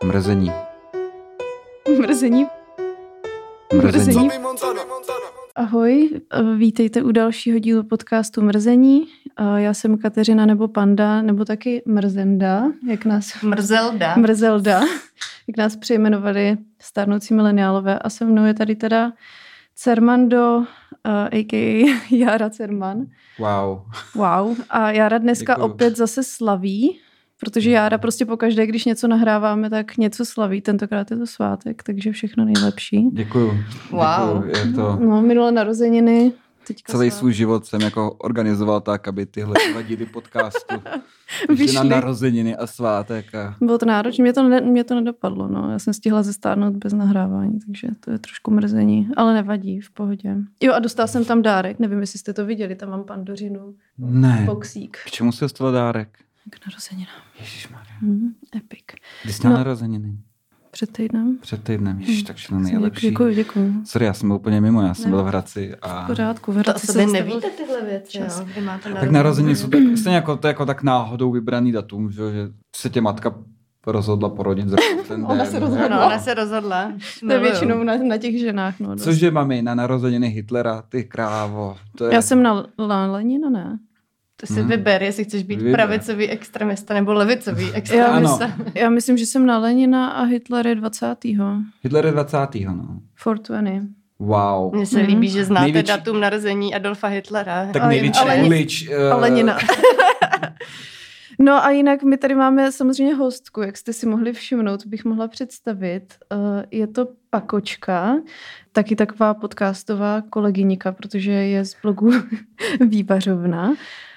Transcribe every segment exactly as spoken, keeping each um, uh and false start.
Mrzení. Mrzení. Mrzení. Ahoj, vítejte u dalšího dílu podcastu Mrzení. Já jsem Kateřina nebo Panda, nebo taky Mrzenda, jak nás... Mrzelda. Mrzelda, jak nás přejmenovali stárnoucí mileniálové. A se mnou je tady teda Cermando, a ká a. Jára Cerman. Wow. Wow. A Jára dneska Děkuju. opět zase slaví, protože Jára prostě pokaždé, když něco nahráváme, tak něco slaví. Tentokrát je to svátek, takže všechno nejlepší. Děkuju. Wow. Děkuju. Je to... No, minulé narozeniny. Teďka Celý svát. svůj život jsem jako organizoval tak, aby tyhle dva díly podcastu vyšly na narozeniny a svátek. A... Bylo to náročné, mě to, ne, mě to nedopadlo. No. Já jsem stihla zestárnout bez nahrávání, takže to je trošku mrzení, ale nevadí, v pohodě. Jo, a dostala jsem tam dárek, nevím, jestli jste to viděli, tam mám Pandořinu. Ne. Boxík. K čemu jsi dostala dárek? K narozeninám. Ježišmarja. Mm, epic. Kdy jsi měla No. narozeniny? Před týdnem. Před týdnem, ježiš, tak všechno nejlepší. Děkuju, děkuju. Sorry, já jsem byl úplně mimo, já jsem Ne. byl v Hradci. A... V pořádku, v To o Hradci sobě se nevíte tyhle věci, Čas. jo? Vy máte Tak narozeniny jsou tak, stejně jako, to je jako tak náhodou vybraný datum, že, že se tě matka rozhodla porodit za ten den. Ona se rozhodla. No, ona se rozhodla. To je většinou na, na těch ženách. No, Cože mami, na narozeniny Hitlera, ty krávo. To je... Já jsem na, na Lenina, ne? To si Hmm. vyber, jestli chceš být Vyber. pravicový extremista nebo levicový Já, extremista. Ano. já myslím, že jsem na Lenina a Hitler je dvacátého Hitler je dvacátého no. čtyřicátého Wow. Mně se Mhm. líbí, že znáte Největší- datum narození Adolfa Hitlera. Tak Ale- největší ale- ulič. Uh... A Lenina. No a jinak my tady máme samozřejmě hostku, jak jste si mohli všimnout, bych mohla představit. Je to Pakočka, taky taková podcastová kolegyňka, protože je z blogu Vývařovna.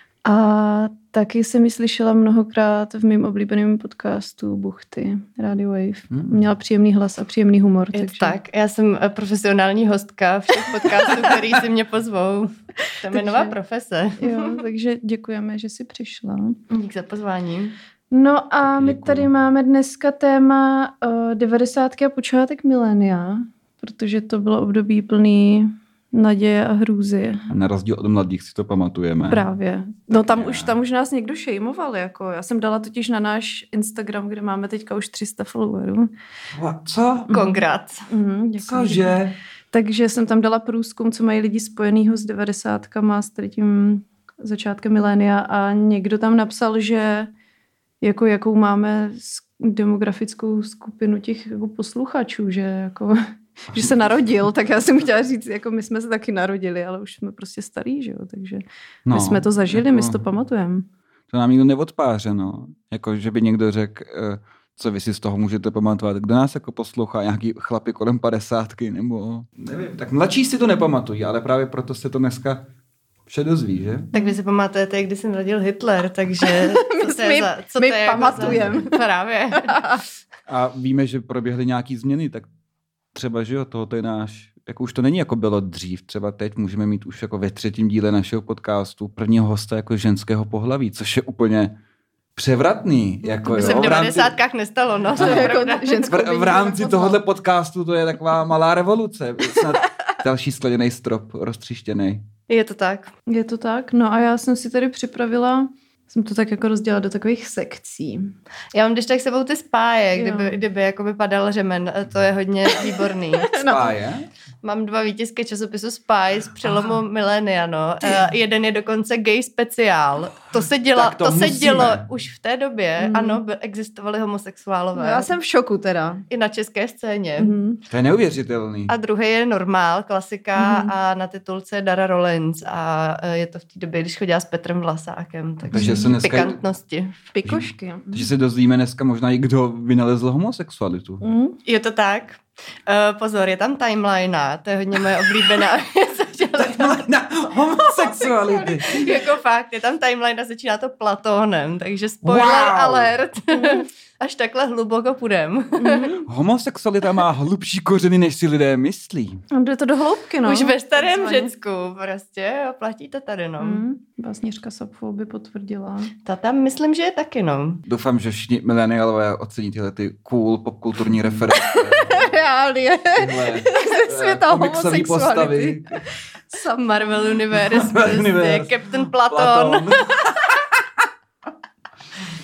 A taky jsem ji slyšela mnohokrát v mém oblíbeném podcastu Buchty, Radio Wave. Hmm. Měla příjemný hlas a příjemný humor. Je takže... tak, já jsem eh, profesionální hostka všech podcastů, který si mě pozvou. To je Takže- nová profese. Jo, takže děkujeme, že jsi přišla. Dík za pozvání. No a Taky my děkuju. tady máme dneska téma uh, devadesátky a počátek milénia, protože to bylo období plný naděje a hrůzy. Na rozdíl od mladých si to pamatujeme. Právě. No tam Já. už, tam už nás někdo šejmoval. Jako. Já jsem dala totiž na náš Instagram, kde máme teďka už tři sta followerů. What? Co? Kongrát. Mhm, děkuji. Cože? Takže jsem tam dala průzkum, co mají lidi spojenýho s devadesátkama, s tady tím začátkem milénia a někdo tam napsal, že jako jakou máme demografickou skupinu těch jako posluchačů, že jako že se narodil, tak já jsem chtěla říct, jako my jsme se taky narodili, ale už jsme prostě starý, že jo, takže no, my jsme to zažili, jako, my si to pamatujeme. To nám nikdo neodpáře, no. Jako, že by někdo řekl, co vy si z toho můžete pamatovat. Kdo nás jako poslouchá, nějaký chlapi kolem padesátky, nebo nevím. Tak mladší si to nepamatují, ale právě proto se to dneska vše dozví, že? Tak vy si pamatujete, kdy se narodil Hitler, takže co to je my, za, co my to je pamatujeme. Jako za... Právě. A víme, že proběhly nějaký změny, tak třeba, že jo, tohoto je náš, jako už to není jako bylo dřív, třeba teď můžeme mít už jako ve třetím díle našeho podcastu prvního hosta jako ženského pohlaví, což je úplně převratný. Jako, To by jo, se v v rámci, devadesátkách nestalo, no. To je Jako pravda. ženskou v, bych v rámci nepoznala. tohohle podcastu to je taková malá revoluce. Snad další skleněný strop roztříštěný. Je to tak. Je to tak, no a já jsem si tady připravila, jsem to tak jako rozdělala do takových sekcí. Já mám když tak sebou ty spáje, Jo. kdyby, kdyby jako by padal řemen, to je hodně výborný. Spáje? Mám dva výtisky časopisu Spy z přelomu Aha. milénia, no. Uh, jeden je dokonce gay speciál. To se, děla, Tak to to se musíme. dělo už v té době. Mm. Ano, by, existovaly homosexuálové. No, já jsem v šoku teda. I na české scéně. Mhm. To je neuvěřitelný. A druhý je Normál, klasika Mhm. a na titulce je Dara Rollins a uh, je to v té době, když chodila s Petrem Vlasákem. Takže, Takže se dneska- pikantnosti. Pikošky. Takže se dozvíme dneska možná i kdo vynalezl homosexualitu. Mhm. Je to tak. Uh, pozor, je tam timeline, to je hodně moje oblíbená věc. Na homosexuality. Jako fakt, je tam timeline a začíná to Platónem, takže spoiler Wow. alert. Až takhle hluboko půjdem. Homosexualita má hlubší kořeny, než si lidé myslí. A jde to do hloubky, no. Už ve starém Takzvaně. Řecku prostě, jo, platí to tady, no. Mm. Básnířka Sapfo by potvrdila. Ta tam myslím, že je taky, no. Doufám, že všichni mileniálové ocení tyhle ty cool popkulturní reference. Reálně. Tyhle Ze světa eh, komiksové homosexuality. postavy. Sam Marvel Universe, Marvel prostě, Universe. Captain Platon. Platon.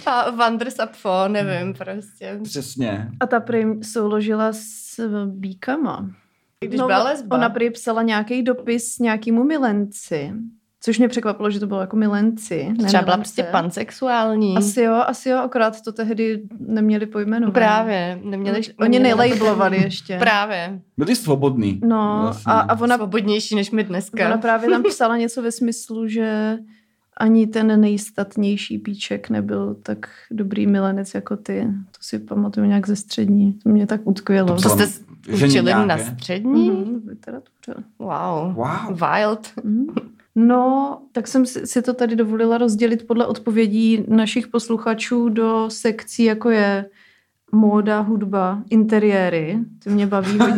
A Wanders Apfo, nevím prostě. Přesně. A ta prý souložila s bíkama. Když byla lesba. Ona prý psala nějaký dopis nějakému milenci. Což mě překvapilo, že to bylo jako milenci. Ne Třeba byla milence. prostě pansexuální. Asi jo, asi jo, akorát to tehdy neměli pojmenovat. Právě. Neměli, Oni nelablovali ještě. Právě. Byli svobodný. No Vlastně. a, a ona, Svobodnější než my dneska. ona právě tam psala něco ve smyslu, že ani ten nejstatnější píček nebyl tak dobrý milenec jako ty. To si pamatuju nějak ze střední. To mě tak utkvělo. To jste Ženě učili nějaké? na střední? Mhm, v literatuře. Wow. Wow. Wild. Mhm. No, tak jsem si si to tady dovolila rozdělit podle odpovědí našich posluchačů do sekcí, jako je móda, hudba, interiéry. To mě baví hodně.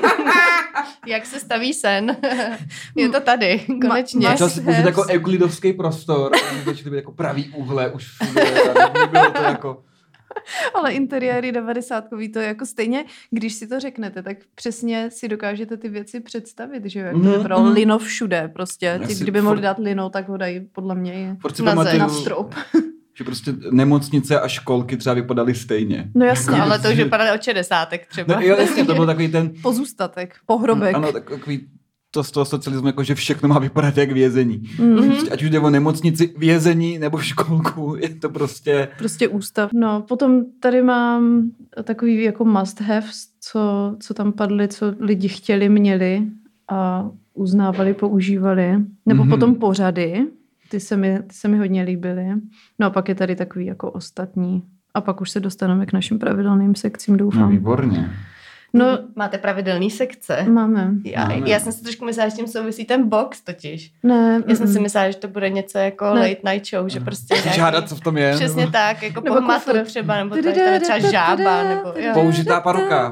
Jak se staví sen? Je to tady, konečně. Ma- Začal si použít jako euklidovský prostor a oni začali být jako pravý úhle už všude. A nebylo to jako... Ale interiéry devadesátkový, to je jako stejně, když si to řeknete, tak přesně si dokážete ty věci představit, že jo? Jak to Mhm, vypadalo mhm. lino všude prostě. Já Ty, si kdyby mohli furt- dát lino, tak ho dají podle mě Furt si Na pamatuju, na strop. že prostě nemocnice a školky třeba vypadaly stejně. No jasně, Ale to už vypadá od šedesátek třeba. No jo, jasně, to byl takový ten... pozůstatek, pohrobek. Ano, takový to z toho socialismu, jako že všechno má vypadat jak vězení. Mhm. Prostě, ať už jde o nemocnici, vězení nebo školku, je to prostě... Prostě ústav. No, potom tady mám takový jako must have, co, co tam padly, co lidi chtěli, měli a uznávali, používali. Nebo Mhm. potom pořady, ty se, mi, ty se mi hodně líbily. No a pak je tady takový jako ostatní. A pak už se dostaneme k našim pravidelným sekcím, No, doufám. výborně. No, Máte pravidelný sekce? máme. Já, Máme. já jsem si trošku myslela, že tím souvisí ten box totiž. Ne, Já jsem si mm. myslela, že to bude něco jako Ne. late night show, že prostě Chceš hádat, co v tom je? Přesně nebo tak, jako Nebo pohmatu kufr. třeba, nebo to, že tam je třeba žába, nebo jo. Použitá paruka.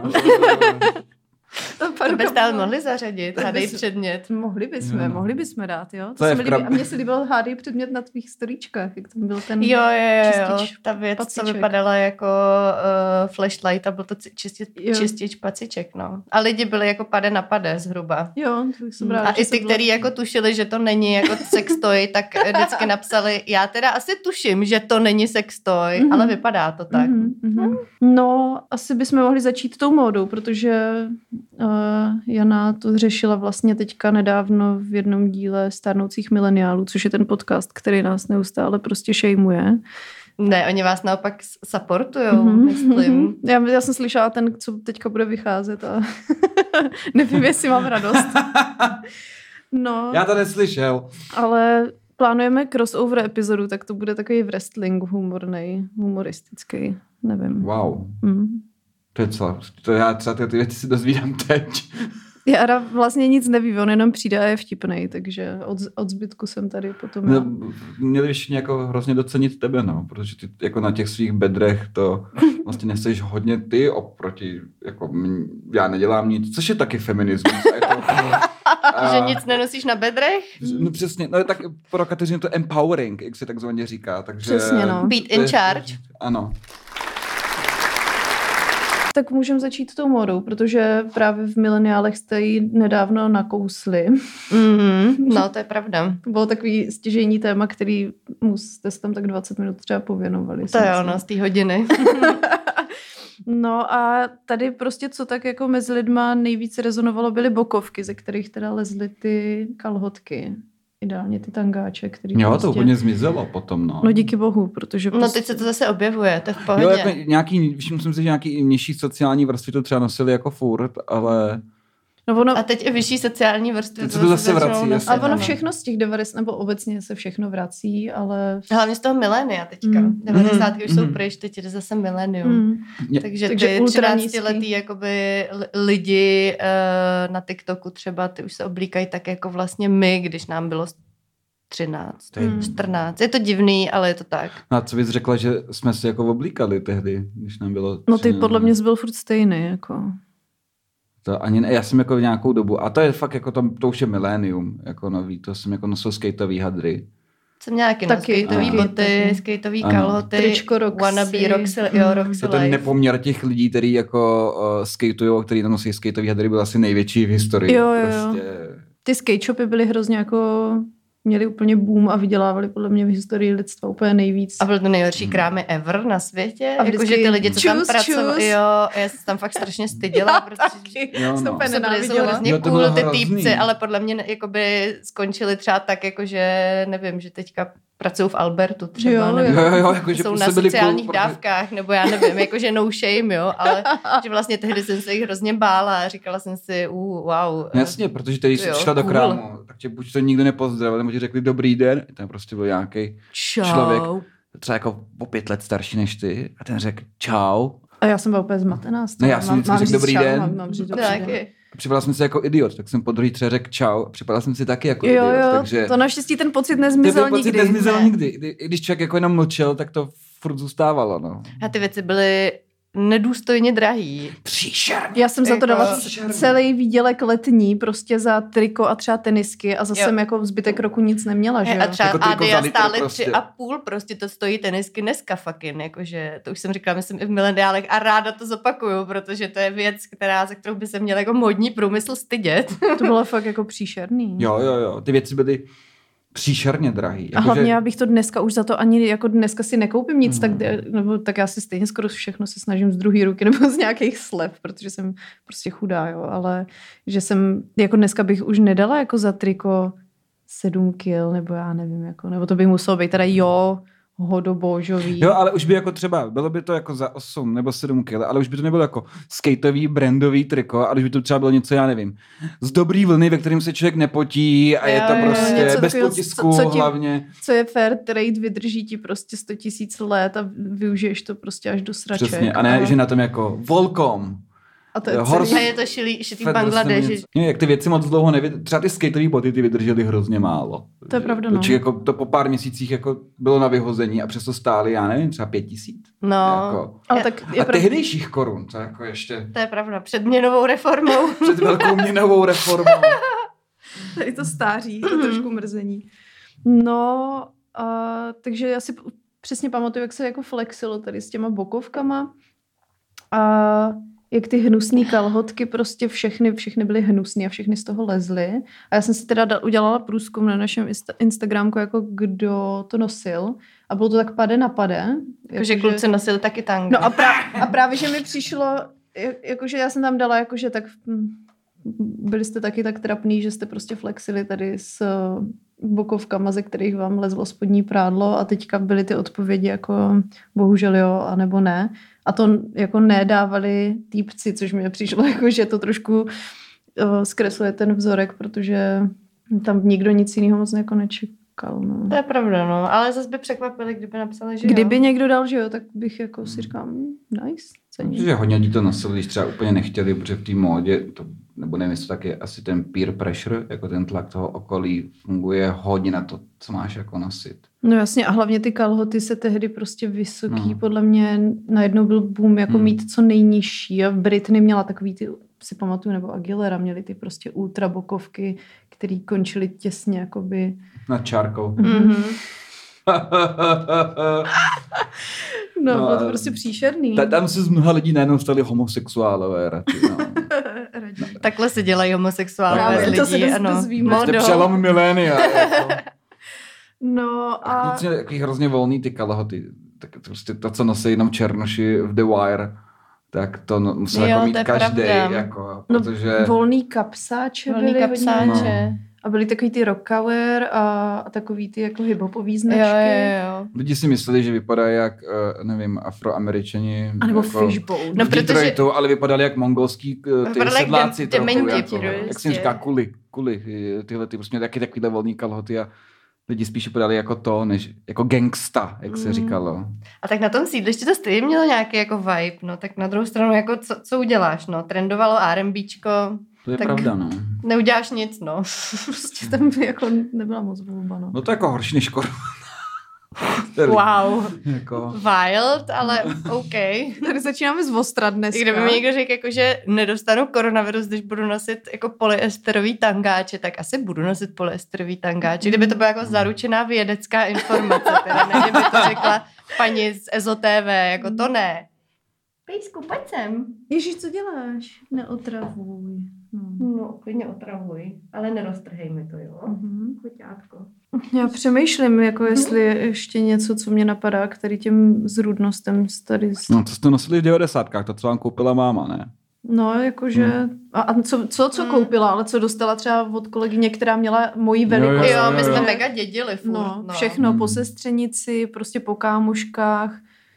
To byste ale mohli zařadit, Tak hádej bys- předmět. Mohli bychom, Jo. mohli bychom dát, jo? To To je se mi v krab- líbí. A mně se líbil hádej předmět na tvých storíčkách, jak tam byl ten Jo, jo, jo, čistič ta věc, co paciček. vypadala jako uh, flashlight a byl to čistič, Jo. čistič paciček, no. A lidi byli jako pade na pade zhruba. Jo, to jsem Hmm. ráda, A že i jsem ty, byla- kteří jako tušili, že to není jako sextoy, tak vždycky napsali, já teda asi tuším, že to není sextoy, Mhm. ale vypadá to tak. Mhm, mhm. No, asi bychom mohli začít tou módou, protože uh, Jana to řešila vlastně teďka nedávno v jednom díle Stárnoucích mileniálů, což je ten podcast, který nás neustále prostě šejmuje. Ne, oni vás naopak supportujou, Mhm, myslím. mhm. Já, já jsem slyšela ten, co teďka bude vycházet a nevím, jestli mám radost. No, Já to neslyšel. ale plánujeme crossover epizodu, tak to bude takový wrestling humornej, humoristický, nevím. Wow. Mm. To je co? To já třeba ty, ty věci si dozvídám teď. Jara vlastně nic neví, on jenom přijde a je vtipnej, takže od, od zbytku jsem tady potom. No, já. měli byš jako hrozně docenit tebe, no, protože ty jako na těch svých bedrech to vlastně neseš hodně ty oproti, jako m- já nedělám nic, což je taky feminismus. A je to, a, Že nic nenosíš na bedrech? No přesně, no tak pro Kateřinu to empowering, jak se takzvaně říká, takže... Přesně, no. Být to je- in charge. Ano. Tak můžeme začít tou modou, protože právě v mileniálech jste ji nedávno nakousli. Mm-hmm. No, to je pravda. To bylo takový stěžejní téma, který mu jste se tam tak dvacet minut třeba pověnovali. To jo, no, z té hodiny. No a tady prostě co tak jako mezi lidma nejvíce rezonovalo byly bokovky, ze kterých teda lezly ty kalhotky. Ideálně ty tangáče, který Jo, prostě... to úplně zmizelo potom, no. No díky bohu, protože No, prostě... teď se to zase objevuje, to je v pohodě. Jo, jako nějaký, myslím si, že nějaký nižší sociální vrstvy to třeba nosili jako furt, ale... No ono... A teď i vyšší sociální vrstvy. Teď se to zase začnou vrací, nosit, jasně. A ono ano. všechno z těch devadesát, nebo obecně se všechno vrací, ale... Hlavně z toho milénia teďka. Mm. devadesátky už Mm. jsou pryč, teď jde zase milenium. Mm. Je- Takže, Takže ty ultra třináctiletý nízký. jakoby li- lidi uh, na TikToku třeba, ty už se oblíkají tak jako vlastně my, když nám bylo třináct, Mm. čtrnáct. Je to divný, ale je to tak. No a co bys řekla, že jsme si jako oblíkali tehdy, když nám bylo... No ty třináct? podle mě jsi byl furt stejný, jako... To ani ne, já jsem jako nějakou dobu, a to je fakt jako to, to už je milénium, jako nový, to jsem jako nosil skateový hadry. Jsem nějaký no, Taky, skateový taky, boty, taky. skateový Ano. kalhoty, Tričko Roxy. wannabe Roxy, Mm. jo, Roxy To ten Life. nepoměr těch lidí, který jako uh, skatujou, který tam nosí skateový hadry, byl asi největší v historii. Jo, jo, jo. Prostě... Ty skate shopy byly hrozně jako měli úplně boom a vydělávali podle mě v historii lidstva úplně nejvíc. A byl to nejhorší krámy ever na světě. A Jakože ty lidi, co čus, tam pracovali, čus. jo, já jsem tam fakt strašně styděla, protože Jo, no. úplně jsou byli jsou nenáviděla. hrozně Jo, to cool bylo ty hrozný. týpci, ale podle mě ne- jakoby skončili třeba tak, jakože nevím, že teďka pracují v Albertu třeba, Jo, nebo Jo, jo, jo, jako, že jsou na působili sociálních cool, dávkách, nebo já nevím, jakože no shame, jo, ale že vlastně tehdy jsem se jich hrozně bála a říkala jsem si, uh, wow. Jasně, protože tady jsi Jo, šla do cool. krámu, tak tě buď to nikdo nepozdravil, nebo ti řekli dobrý den, tam prostě byl nějaký Čau. člověk, třeba jako o pět let starší než ty, a ten řekl čau. A já jsem byla úplně zmatená z toho. Ne, já jsem vždycky řekl říct dobrý čau, den. Mám, mám říct dobrý den. Taky. A připadal jsem si jako idiot, tak jsem po druhý třeba řekl čau, a připadal jsem si taky jako Jo, idiot, jo, takže... to naštěstí ten pocit nezmizel ten pocit nikdy. nezmizel Ne. nikdy. Kdy- Když člověk jako jenom mlčel, tak to furt zůstávalo, no. A ty věci byly nedůstojně drahý. Příšerně. Já jsem za to Jako- dala celý výdělek letní prostě za triko a třeba tenisky a zase Jo. jsem jako zbytek roku nic neměla, že A jo? třeba Jako triko za Adia litr stály prostě. tři a půl, prostě to stojí tenisky dneska fucking, jakože to už jsem říkala, myslím i v mileniálech a ráda to zopakuju, protože to je věc, která, za kterou by se měl jako modní průmysl stydět. To bylo fakt jako příšerný. Jo, jo, jo, ty věci byly příšerně drahý. A hlavně já bych to dneska už za to ani jako dneska si nekoupím nic, tak, nebo tak já si stejně skoro všechno se snažím z druhé ruky nebo z nějakých slev, protože jsem prostě chudá, jo, ale že jsem, jako dneska bych už nedala jako za triko sedm kil, nebo já nevím, jako, nebo to by muselo být teda jo, hodobožový. Jo, ale už by jako třeba, bylo by to jako za osm nebo sedm kil, ale už by to nebylo jako skateový, brandový triko, ale už by to třeba bylo něco, já nevím, z dobrý vlny, ve kterým se člověk nepotí a je Jo, to jo, prostě něco bez takového, potisku co- co ti- hlavně. Co je fair trade, vydrží ti prostě sto tisíc let a využiješ to prostě až do sraček. Přesně, a ne, že na tom jako Volcom. a to je Jo, celý. horse- A je to šilý, šitý v Fakt Bangladeši. prostě něco- Jak ty věci moc dlouho nevydržely, třeba ty skateové boty, ty vydržely hrozně málo. To je pravda, to, no. či jako, to po pár měsících jako bylo na vyhození a přesto stály, já nevím, třeba pět tisíc. No, Jako. Ale tak je A pravda, tehdejších korun, to jako ještě to je pravda, před měnovou reformou. před velkou měnovou reformou. tady to stáří, to trošku mrzení. No, a, takže já si p- přesně pamatuju, jak se jako flexilo tady s těma bokovkama a jak ty hnusný kalhotky prostě všechny, všechny byly hnusný a všechny z toho lezly. A já jsem si teda dal, udělala průzkum na našem insta- Instagramku, jako kdo to nosil. A bylo to tak pade na pade. Jakože kluci nosili taky tanga. No a, pra- a právě, že mi přišlo, jak- jakože já jsem tam dala, jakože tak hm, byli jste taky tak trapný, že jste prostě flexili tady s eh, bokovkama, ze kterých vám lezlo spodní prádlo a teďka byly ty odpovědi jako bohužel jo, anebo ne. A to jako nedávali týpci, což mi přišlo jako, že to trošku eh, zkresluje ten vzorek, protože tam nikdo nic jiného moc jako nečekal. No. To je pravda, no. Ale zase by překvapili, kdyby napsali, že Kdyby jo. někdo dal, že jo, tak bych jako si říkám, hm, nice, cením. Myslím, že hodně lidí to nosili, když třeba úplně nechtěli, protože v té módě, to, nebo nevím, jestli to tak je, asi ten peer pressure, jako ten tlak toho okolí, funguje hodně na to, co máš jako nosit. No jasně a hlavně ty kalhoty se tehdy prostě vysoký, No. podle mě najednou byl boom jako Hmm. mít co nejnižší a Britney měla takový ty, si pamatuju, nebo Aguilera měli ty prostě ultra bokovky, které končily těsně jakoby. Nad čárkou. Mhm. No, No, bylo to a- prostě příšerný. Ta, tam se z mnoha lidí najednou stali homosexuálové radši, no. Raději. Takhle se dělají homosexuálové Právě, z lidí, to se doz- ano. dozvíme. Jste Modou. přelom milénia. Jako. No a Kluci takový hrozně volný ty kalhoty. Tak to, prostě to, co nosí jenom černoši v The Wire, tak to no, musel Jo, jako to mít je každý, pravda. jako, no, protože... volný kapsáče Volný byly kapsáče. hodně. A byly takový ty rockaware a, a takový ty jako hiphopový značky. Jo, jo, jo. Lidi si mysleli, že vypadají jak, uh, nevím, afroameričani. A nebo jako fishbone. No, v protože- Detroitu, ale vypadali jak mongolský uh, ty Vypadali jak sedláci dem- trochu, dementi jako, prostě. jak se jim říká, kuli, kuli, eh, tyhle ty prostě měli taky takovýhle volný kalhoty a lidi spíš vypadali jako to, než jako gangsta, jak se Mm. říkalo. A tak na tom sídlišti to stejně mělo nějaký jako vibe, no. Tak na druhou stranu, jako co, co uděláš, no. Trendovalo RMBčko, To je Tak- pravda, no. neuděláš nic, no. Prostě tam jako nebyla moc volba, no. No to je jako horší než korona. Wow. Jako... Wild, ale OK. Tady začínáme z ostra dneska. I kdyby mi někdo řekl, jako, že nedostanu koronavirus, když budu nosit jako polyesterový tangáče, tak asi budu nosit polyesterový tangáče. Kdyby to byla jako zaručená vědecká informace, teda ne, kdyby to řekla paní z Ezo T V, jako to ne. Pejsku, pojď sem. Ježíš, co děláš? Neotravuj. No, klidně otravuj, ale neroztrhej mi to, jo? Mhm. Chuťátko. Já přemýšlím, jako jestli je ještě něco, co mě napadá, který tím zrůdnostem tady... No, co jste nosili v devadesátkách, to, co vám koupila máma, ne? No, jakože... Hmm. A, a co, co, co Hmm. koupila, ale co dostala třeba od kolegyně, která měla mojí velikost. Jo, my jsme že- mega dědili furt. No, No, všechno Hmm. po sestřenici, prostě po kámoškách,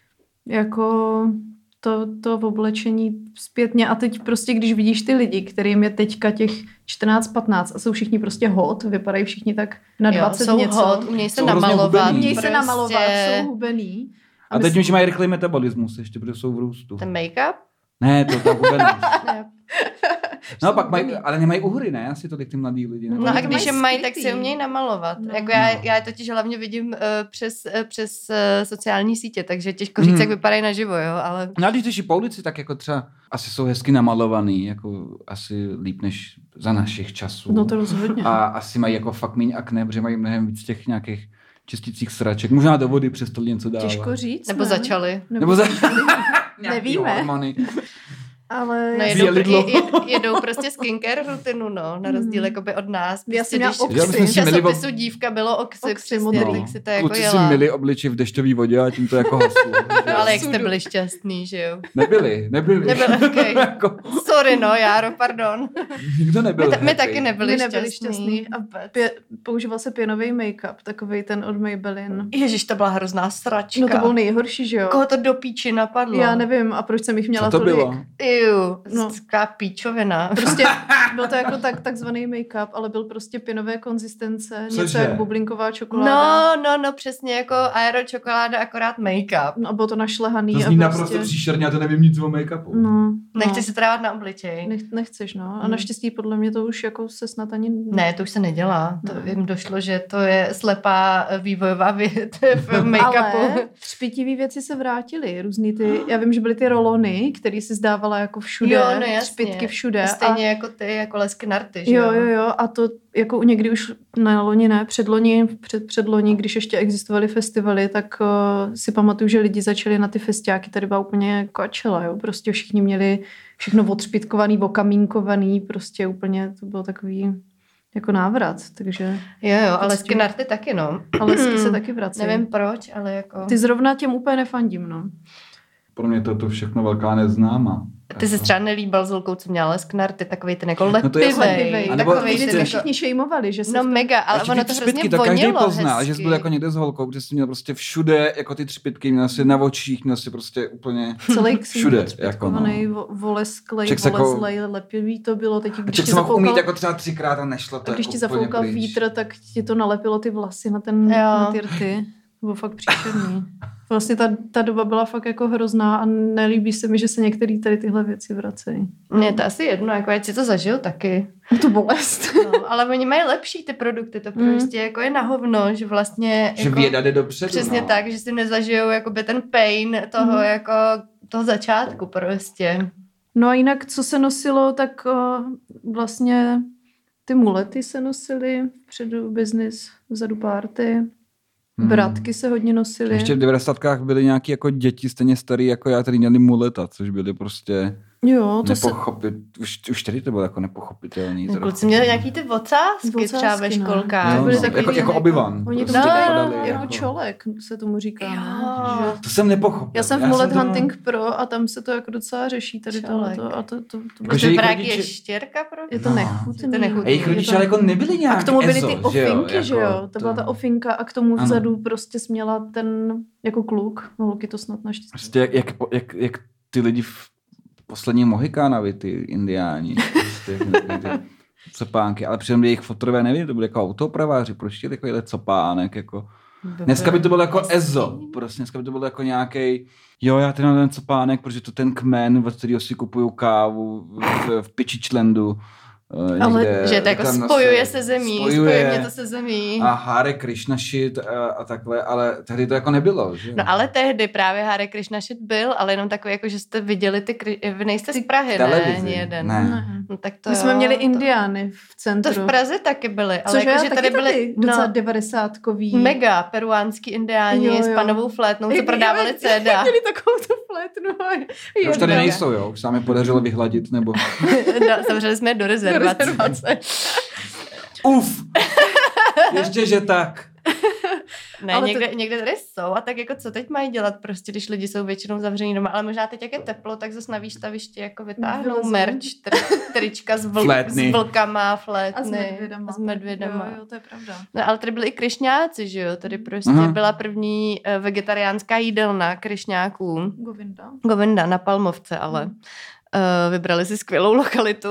jako to, to v oblečení zpětně. A teď prostě, když vidíš ty lidi, kterým je teďka těch čtrnáct patnáct a jsou všichni prostě hot, vypadají všichni tak na Jo, dvacet jsou něco. hot, umějí se Jsou hrozně namalovat. hubený. Umějí se prostě namalovat, jsou hubený. A teď myslím- už mají rychlý metabolismus, ještě protože jsou v růstu. Ten make-up? Ne, to ta hubenost. Ne. No pak mají, ale nemají uhry, ne? Asi to ty mladí lidi. No, No Ne? a Oni to když je mají mají, tak skrytý. si umějí namalovat. No. Jako já, No. já je totiž hlavně vidím uh, přes, uh, přes uh, sociální sítě, takže těžko říct, Hmm. jak vypadají naživo, jo, ale... No a když jdeš i po ulici, tak jako třeba asi jsou hezky namalovaný, jako asi líp než za našich časů. No to rozhodně. A asi mají jako fakt méně akné, protože mají mnohem víc těch nějakých čistících sraček. Možná do vody přesto něco dává. Těžko říct, Nebo ne? začali. Nebo za... nějaký Nevíme. hormony. Ale... No, Zjedli jedou, dlouho. je, je, jedou prostě skincare rutinu, no, na rozdíl Hmm. jakoby od nás. Já Prostě, jsem měla když oxy. Já myslím, v si měli časopisu dívka bylo oxy, Oxy přesně, modrý. tak si to jako Kluci si jela. myli obličej v dešťové vodě a tím to jako haslo. No, ale jak jste Sudu. byli šťastný, že jo? Nebyli, nebyli. Nebyli, okej. jako, Sorry, no, Járo, pardon. nikdo nebyl. My, ta, my happy. taky nebyli, My nebyli šťastný. šťastný. A pě- používal se pěnový make-up, takovej ten od Maybelline. Ježiš, to byla hrozná sračka. No to bylo nejhorší, že jo? Koho to do píči napadlo? Já nevím, a proč jsem jich měla Co to tolik. bylo? Iu, No. no. píčovina. Prostě byl to jako tak, takzvaný make-up, ale byl prostě pěnové konzistence, něco Cože? jak bublinková čokoláda. No, no, no, přesně jako aeročokoláda, akorát make-up. No a bylo to našlehaný. To a zní prostě... naprosto příšerně, já to nevím nic o make-upu. No, no. Nechci si to dávat na obličej. Nech, nechceš, no. A Hmm. naštěstí podle mě to už jako se snad ani... Ne, to už se nedělá. To Ne. jim došlo, že to je slepá vývojová větev v make-upu. Ale třpitivý věci se vrátily. Různý ty, já vím, že byly ty rolony, které si zdávala jako všude. Jo, no jasně. Třpitky všude. Stejně a, jako ty, jako lesky narty, že jo, jo, jo. A to jako někdy už na loni ne, předloni, před, předloni, když ještě existovaly festivaly, tak uh, si pamatuju, že lidi začali na ty festiáky, tady byla úplně kačela, jo. Prostě všichni měli všechno odřpitkovaný, okamínkovaný, prostě úplně to bylo takový jako návrat, takže... Jo, jo, a To lesky cítím. narty taky, no. A lesky se taky vrací. Nevím proč, ale jako... Ty zrovna těm úplně nefandím, no. Pro mě to to všechno velká neznáma. Ty se třeba nelíbal s holkou, co měla lesk narty, takový ten jako No to je jasný. lepivej. Lepivej. A nebo Takový víš, ten Vždycky ty- jako... všichni šejmovali, že se No v tom- mega, ale Ještě ono ty to třpitky, hrozně to každý vonilo pozná, hezky. že jsi byl jako někde s holkou, že jsi měl prostě všude jako ty třpitky, měl si na očích, měl si prostě úplně... celý Všude, odřpitkovaný, jako vo- volesklej, Člověk se jako- volezlej, lepivý to bylo. Teď, A když člověk ti se mohl umít zafoukal, jako třeba třikrát a nešlo to a když jako ti úplně zafoukal pryč. vítr, tak ti to nalepilo ty vlasy na, ten, Jo. na ty rty. To bylo fakt příšerný. Vlastně ta, ta doba byla fakt jako hrozná a nelíbí se mi, že se některé tady tyhle věci vracejí. Mně to asi jedno, jako ať si to zažil taky. To bolest. No, ale oni mají lepší ty produkty, to Mm. prostě jako je na hovno, že vlastně Že jako, věda jde dopředu. přesně no. tak, že si nezažijou jakoby ten pain toho Mhm. jako toho začátku prostě. No a jinak, co se nosilo, tak uh, vlastně ty mulety se nosily, vpředu business, vzadu party, Hmm. bratky se hodně nosily. Ještě v devadesátkách byly nějaký jako děti stejně starý jako já, který měli muleta, což byly prostě Jo, to se... nepochopit. Už, už tady to bylo jako nepochopitelný. trochu. Kluci měli nějaký ty ocásky, Ocásky, třeba ve no. školkách. Jo, byly no, takový jako, ty jako jako- obyvan. Oni Prostě tomu No, říkají no, no, jeho jako- čolek, se tomu říká. Jo. Ne? Že- To jsem nepochopil. Já jsem v Já Mullet to- Hunting Pro a tam se to jako docela řeší tady Čolek. tohleto. A to, to, to, Jako, to že To jejich vypadá jak rodiče- je štěrka pro je to No. nechutný. Je to nechutný. A jejich Je rodiče to- ale jako nebyli nějak A k tomu byly ezo, ty že jo, ofinky, že jo? jako To byla ta ofinka a k tomu Ano. vzadu prostě směla ten jako kluk. No, holky to snad naštěstí. Prostě jak, jak, jak, jak ty lidi v poslední Mohikánovi, ty indiáni, prostě, ty, ty copánky, ale přitom jejich fotorové nevěděli, to byly jako autopraváři, proč je takovýhle copánek, jako... Dneska by to bylo jako ezo, prostě dneska by to bylo jako nějaký, jo, já ten ten copánek, protože to ten kmen, od kterého si kupuju kávu v, v Pičičlendu. eh, Ale někde, Že to jako tam spojuje nose- se zemí, spojuje spojuje mě to se zemí. a Hare Krishna shit a, a takhle, ale tehdy to jako nebylo, že? No ale tehdy právě Hare Krishna shit byl, ale jenom takový, jako že jste viděli ty, kri- vy nejste z Prahy, ne? televizi. Ani jeden. Ne. Ne. No No, tak to My jo, jsme měli to, indiány v centru. To v Praze taky byly, ale Což jako, já, že taky tady byly tady docela devadesátkový. mega peruánský indiáni Jo, jo. s panovou flétnou, co Jo, prodávali jo, C D. Měli takovou tu flétnu. To už tady nejsou, jo? Už se nám je podařilo vyhladit, nebo... No, zavřeli jsme je do rezervace. Do rezervace. Uf! Ještě, že tak. Ne, Ale někde, to... někde tady jsou a tak jako co teď mají dělat prostě, když lidi jsou většinou zavření doma, ale možná teď jak je teplo, tak zase na výstaviště jako vytáhnou Vylezou. merch, tri, trička s, vl, s vlkama, flétny. A s medvědama. A s medvědama. Jo, jo, to je pravda. No, ale tady byli i kryšňáci, že jo, tady prostě Aha. byla první uh, vegetariánská jídelna kryšňáků. Govinda. Govinda na Palmovce, ale... Hmm. Uh, vybrali si skvělou lokalitu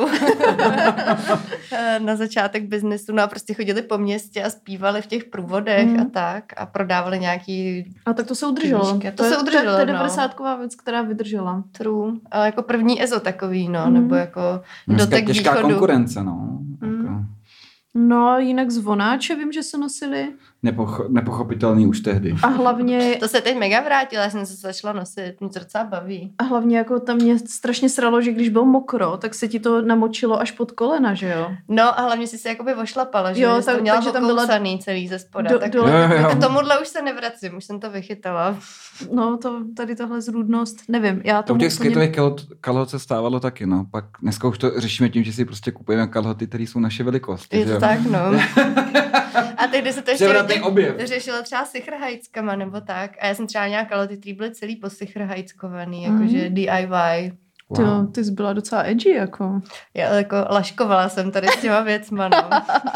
na začátek biznesu, no a prostě chodili po městě a zpívali v těch průvodech Mm. a tak a prodávali nějaký... A tak to se udrželo. Knížky. To je- se udrželo, To je no. devadesátková věc, která vydržela. True, ale jako první ezo takový, no, Mm. nebo jako Dneska dotek těžká východu. konkurence, no. Mm. Jako No, jinak zvonáče vím, že se nosili. nepocho- nepochopitelný už tehdy. A hlavně, To se teď mega vrátila, já jsem se začala nosit, mě to docela baví. a hlavně jako tam mě strašně sralo, že když bylo mokro, tak se ti to namočilo až pod kolena, že jo? No a hlavně si se jakoby ošlapala, že Jo, jo, jsi tak- to měla takže tam byla okousaný celý ze spoda. do- tak dole- Jo, jo, jo. k tomuhle už se nevracím, už jsem to vychytala. No, to, tady tahle zrůdnost, nevím. Já To u tomu těch úplně- skateových kalhot, kalhot se stávalo taky, no. Pak dneska už to řešíme tím, že si prostě kupujeme kalhoty, které jsou naše velikosti. Je že to jo? tak, no. A tehdy se to ještě Převratný lidi objev. řešilo třeba sichrhajckama nebo tak. A já jsem třeba měla kaloty, které byly celý posichrhajckovaný, Mhm. jakože D I Y. Ty, jo, Wow. ty jsi byla docela edgy, jako. Já jako laškovala jsem tady s těma věcma, no.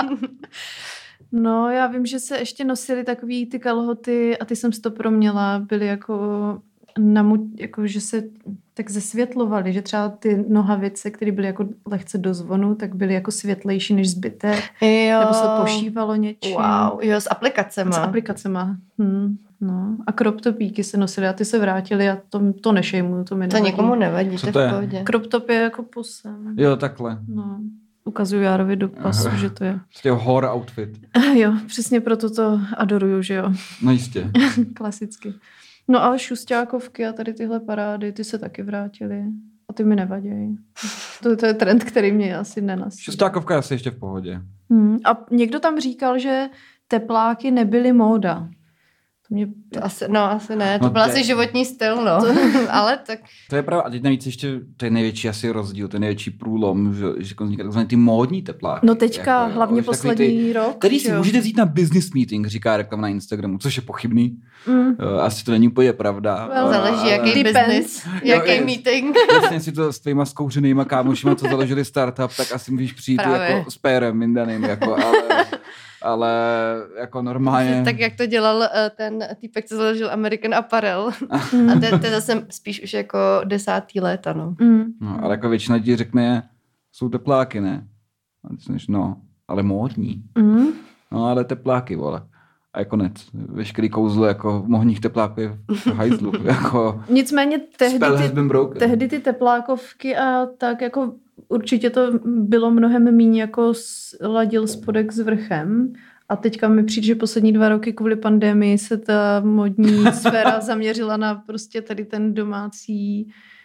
No, já vím, že se ještě nosily takový ty kalhoty a ty jsem si to proměla, byly jako, namu, jako že se tak zesvětlovaly, že třeba ty nohavice, které byly jako lehce do zvonu, tak byly jako světlejší než zbytek, Jo. nebo se to pošívalo něčím. Wow, jo, s aplikacema. S aplikacema. Hm, no. A crop topíky se nosily a ty se vrátily a to, to nešejmuju, to mi To nevadí. někomu nevadí, Co to je to je? v pohodě. Crop top je jako pusem. Jo, takhle. No. Ukazuju Járovi do pasu, že to je. Prostě hor outfit. Jo, přesně proto to adoruju, že jo. No jistě. Klasicky. No ale šusťákovky a tady tyhle parády, ty se taky vrátily. A ty mi nevadějí. To, to je trend, který mě asi nenasí. Šestákovka je asi ještě v pohodě. Hmm. A někdo tam říkal, že tepláky nebyly móda. To mě... To asi, no, asi ne, to No byl to asi je- životní styl, no. Ale tak To je pravda. A teď navíc ještě, to je největší asi rozdíl, to je největší průlom, že, že vznikají takzvané ty módní tepláky. No teďka, jo, hlavně už takový poslední ty, rok. který si že jo. můžete vzít na business meeting, říká reklama na Instagramu, což je pochybný. Mm. Uh, Asi to není úplně pravda. Well, uh, záleží, ale- jaký Depends. business, Jo, jaký je. meeting. Vlastně si to s tvýma zkouřenýma kámošima, co založili startup, tak asi můžeš přijít Právě. jako s pérem mindaným, jako, ale, ale jako normálně. Tak jak to dělal eh, ten týpek, co založil American Apparel. Mm. A to, to je zase spíš už jako desátý léta, no. Mm. No, ale jako většina ti řekne, jsou tepláky, ne? A ty si než, no, ale módní. Mm. No, ale tepláky, vole. A je konec. Veškerý kouzlo jako mohních tepláků je v hajzlu. Jako Nicméně tehdy spell has ty, been broken. tehdy ty teplákovky a tak jako určitě to bylo mnohem méně jako ladil spodek s vrchem. A teďka mi přijde, že poslední dva roky kvůli pandemii se ta modní sféra zaměřila na prostě tady ten domácí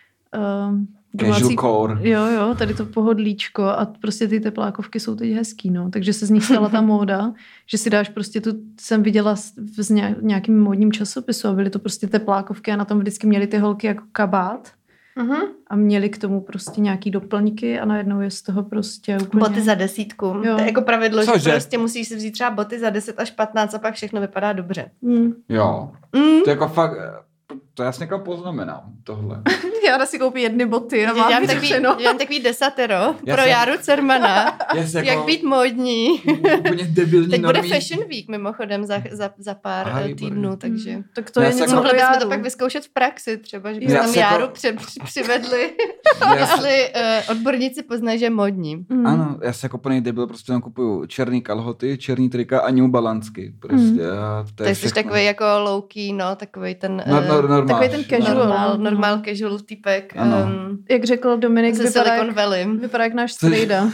uh, Casual core. Jo, jo, tady to pohodlíčko a prostě ty teplákovky jsou teď hezký, no. Takže se z nich stala ta móda, že si dáš prostě tu, jsem viděla v nějakým módním časopisu a byly to prostě teplákovky a na tom vždycky měly ty holky jako kabát Uh-huh. a měli k tomu prostě nějaký doplňky a najednou je z toho prostě úplně... Boty za desítku. Jo. To je jako pravidlo, Cože? že prostě musíš si vzít třeba boty za deset až patnáct a pak všechno vypadá dobře. Mm. Jo. Mm. To je jako fakt, to já si někam poznamenám, tohle. Jára si koupí jedny boty a má Dělám takový, vyřešeno. dělám takový desatero Já pro jsem- Járu Cermana, Yes, jako jak být módní. úplně debilní Teď bude normí. Fashion Week mimochodem za, za, za pár Aha, eh, výborně. týdnů, takže... Mm. Tak to Já je se něco jako- Mohli pro bychom to Járu. pak vyzkoušet v praxi třeba, že by Já tam se Járu jako- při, při, přivedli, Já se- jestli uh, odborníci poznají, že je modní. Mm. Ano, já si jako plný debil prostě tam kupuju černý kalhoty, černý trika a New Balansky. Prostě. Mm. A to je Tak jsi všechno. takový jako low-key, no, takový ten... No, eh, no, normál. Takový ten casual. Normál, no. normál casual typek. Ano. Um, Jak řekl Dominik, ze vypadá Silicon jak, Valley. vypadá jak náš Což- strejda.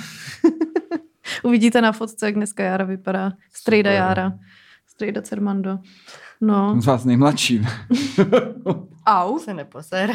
Uvidíte na fotce, jak dneska Jára vypadá. Strejda Super. Jára. Strejda Cermando. No. Jsem z vás nejmladší. Au. Se neposer.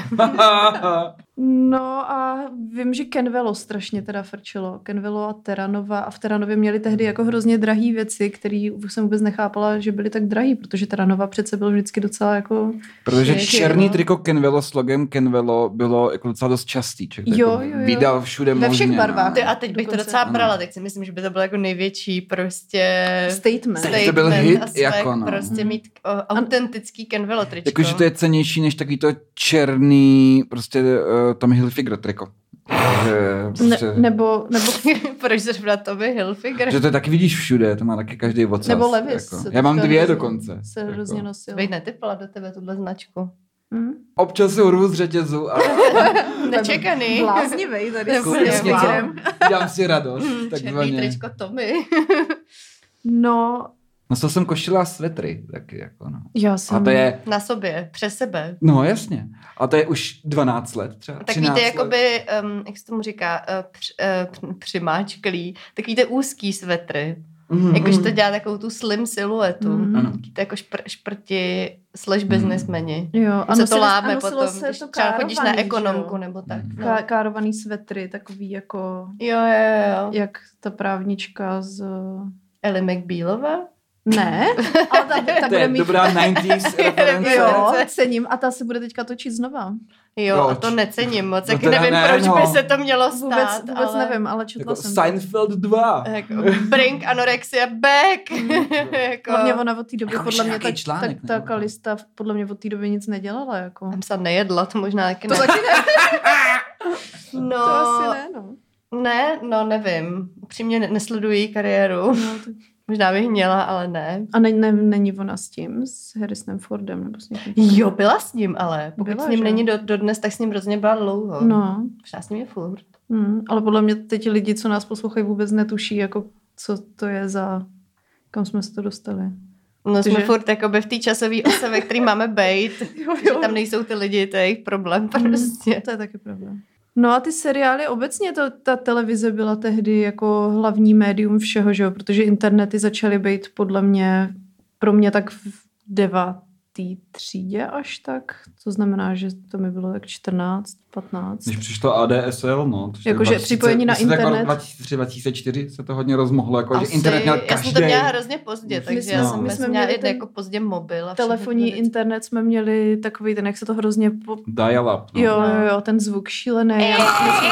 No a vím, že Kenvelo strašně teda frčilo. Kenvelo a Terranova. A v Terranově měli tehdy jako hrozně drahý věci, které jsem vůbec nechápala, že byly tak drahý, protože Terranova přece byl vždycky docela jako... Protože štěký, černý no. triko Kenvelo s logem Kenvelo bylo jako docela dost častý. Ček, Jo, jako jo, jo. Vydal všude Ve všech možně, barvách. no. Ty, a teď bych Dokonce. to docela Ano. brala, tak si myslím, že by to byl jako největší prostě... Statement. To byl hit, a swag, jako no. prostě Mhm. mít o, autentický Kenvelo tričko. Jakože to je cenější než takový to černý prostě uh, Tommy Hilfiger triko. Takže prostě, Ne, nebo, nebo, Proč jsi řekla Tommy Hilfiger? že to taky vidíš všude, to má taky každý ocas. nebo Levis. Jako. se Já mám teďka dvě hrozně- dokonce. Se jako. hrozně nosil. Bych netypla do tebe tuhle značku. Hm? Občas si urvu z řetězu a Nečekaný. Bláznivej tady Nebo s něco. Hilfigerem. dám si radost. Černý Takzvaně. tričko Tommy. No, Nosil jsem košile a svetry taky, jako no. já jsem... A to je, Na sobě, přes sebe. no jasně. A to je už dvanáct let třeba. Tak třináct víte, let. jakoby, um, jak se tomu říká, uh, při, uh, přimáčklý, takový ty úzký svetry. Mm, Jakože mm. to dělá takovou tu slim siluetu. Mhm. Ano. Taky to jako špr, šprti slash businessmeni. Jo, A se to nosili- a láme nosilo potom, se když to třeba chodíš na károvaný, ekonomku že jo? nebo tak. Mhm. No. Ká- károvaný svetry, takový jako, Jo, jo, jo. jak ta právnička z... Ellie McBealová? Ne, ale ta, ta To bude je mít... dobrá devadesátých reference. Jo, cením a ta se bude teďka točit znova. Jo, a Proč? to necením moc. No Tak teda nevím, ne, proč no. by se to mělo stát. Vůbec, vůbec ale... nevím, ale četla Jako jsem to. Seinfeld dva. Jako, bring anorexia back. jako... Hlavně ona od té doby, Jako podle mě, nějaký tak, článek, tak ta ne? Kalista podle mě od té doby nic nedělala. Jako. Tam se nejedla, to možná taky To ne. taky ne, No, to asi ne, no. ne, no nevím. Upřímně ne- nesleduji její kariéru. no to... Možná bych měla, ale ne. A ne, ne, není ona s tím, s Harrisonem Fordem, nebo s někým? Jo, byla s ním, ale pokud Byla, s ním že? není do, dodnes, tak s ním hrozně byla dlouho. No, Možná s ním je furt. hmm, ale podle mě teď lidi, co nás poslouchají, vůbec netuší, jako, co to je za... Kam jsme se to dostali. No jsme Takže- furt jakoby v té časové ose, ve který máme bejt. Jo, Že tam nejsou ty lidi, to je jejich problém prostě. To je taky pravda. No a ty seriály, obecně to, ta televize byla tehdy jako hlavní médium všeho, že jo? Protože internety začaly být podle mě, pro mě tak v devátý třídě až tak. To znamená, že to mi bylo tak čtrnáct, patnáct. Když přišlo A D S L, no. to Jakože dvacet připojení na myslím, tak internet. dva tisíce tři, dva tisíce čtyři se to hodně rozmohlo, jako, že Asi, internet měl já jsem každý. to měla hrozně pozdě, takže jsme- já no. jsem, my my jsme jsme měla měli i ten jako pozdě mobil. A všechny Telefonní tyhle věci. internet jsme měli takový ten, jak se to hrozně... Po... Dial-up, no. Jo, No. jo, jo, ten zvuk šílený. A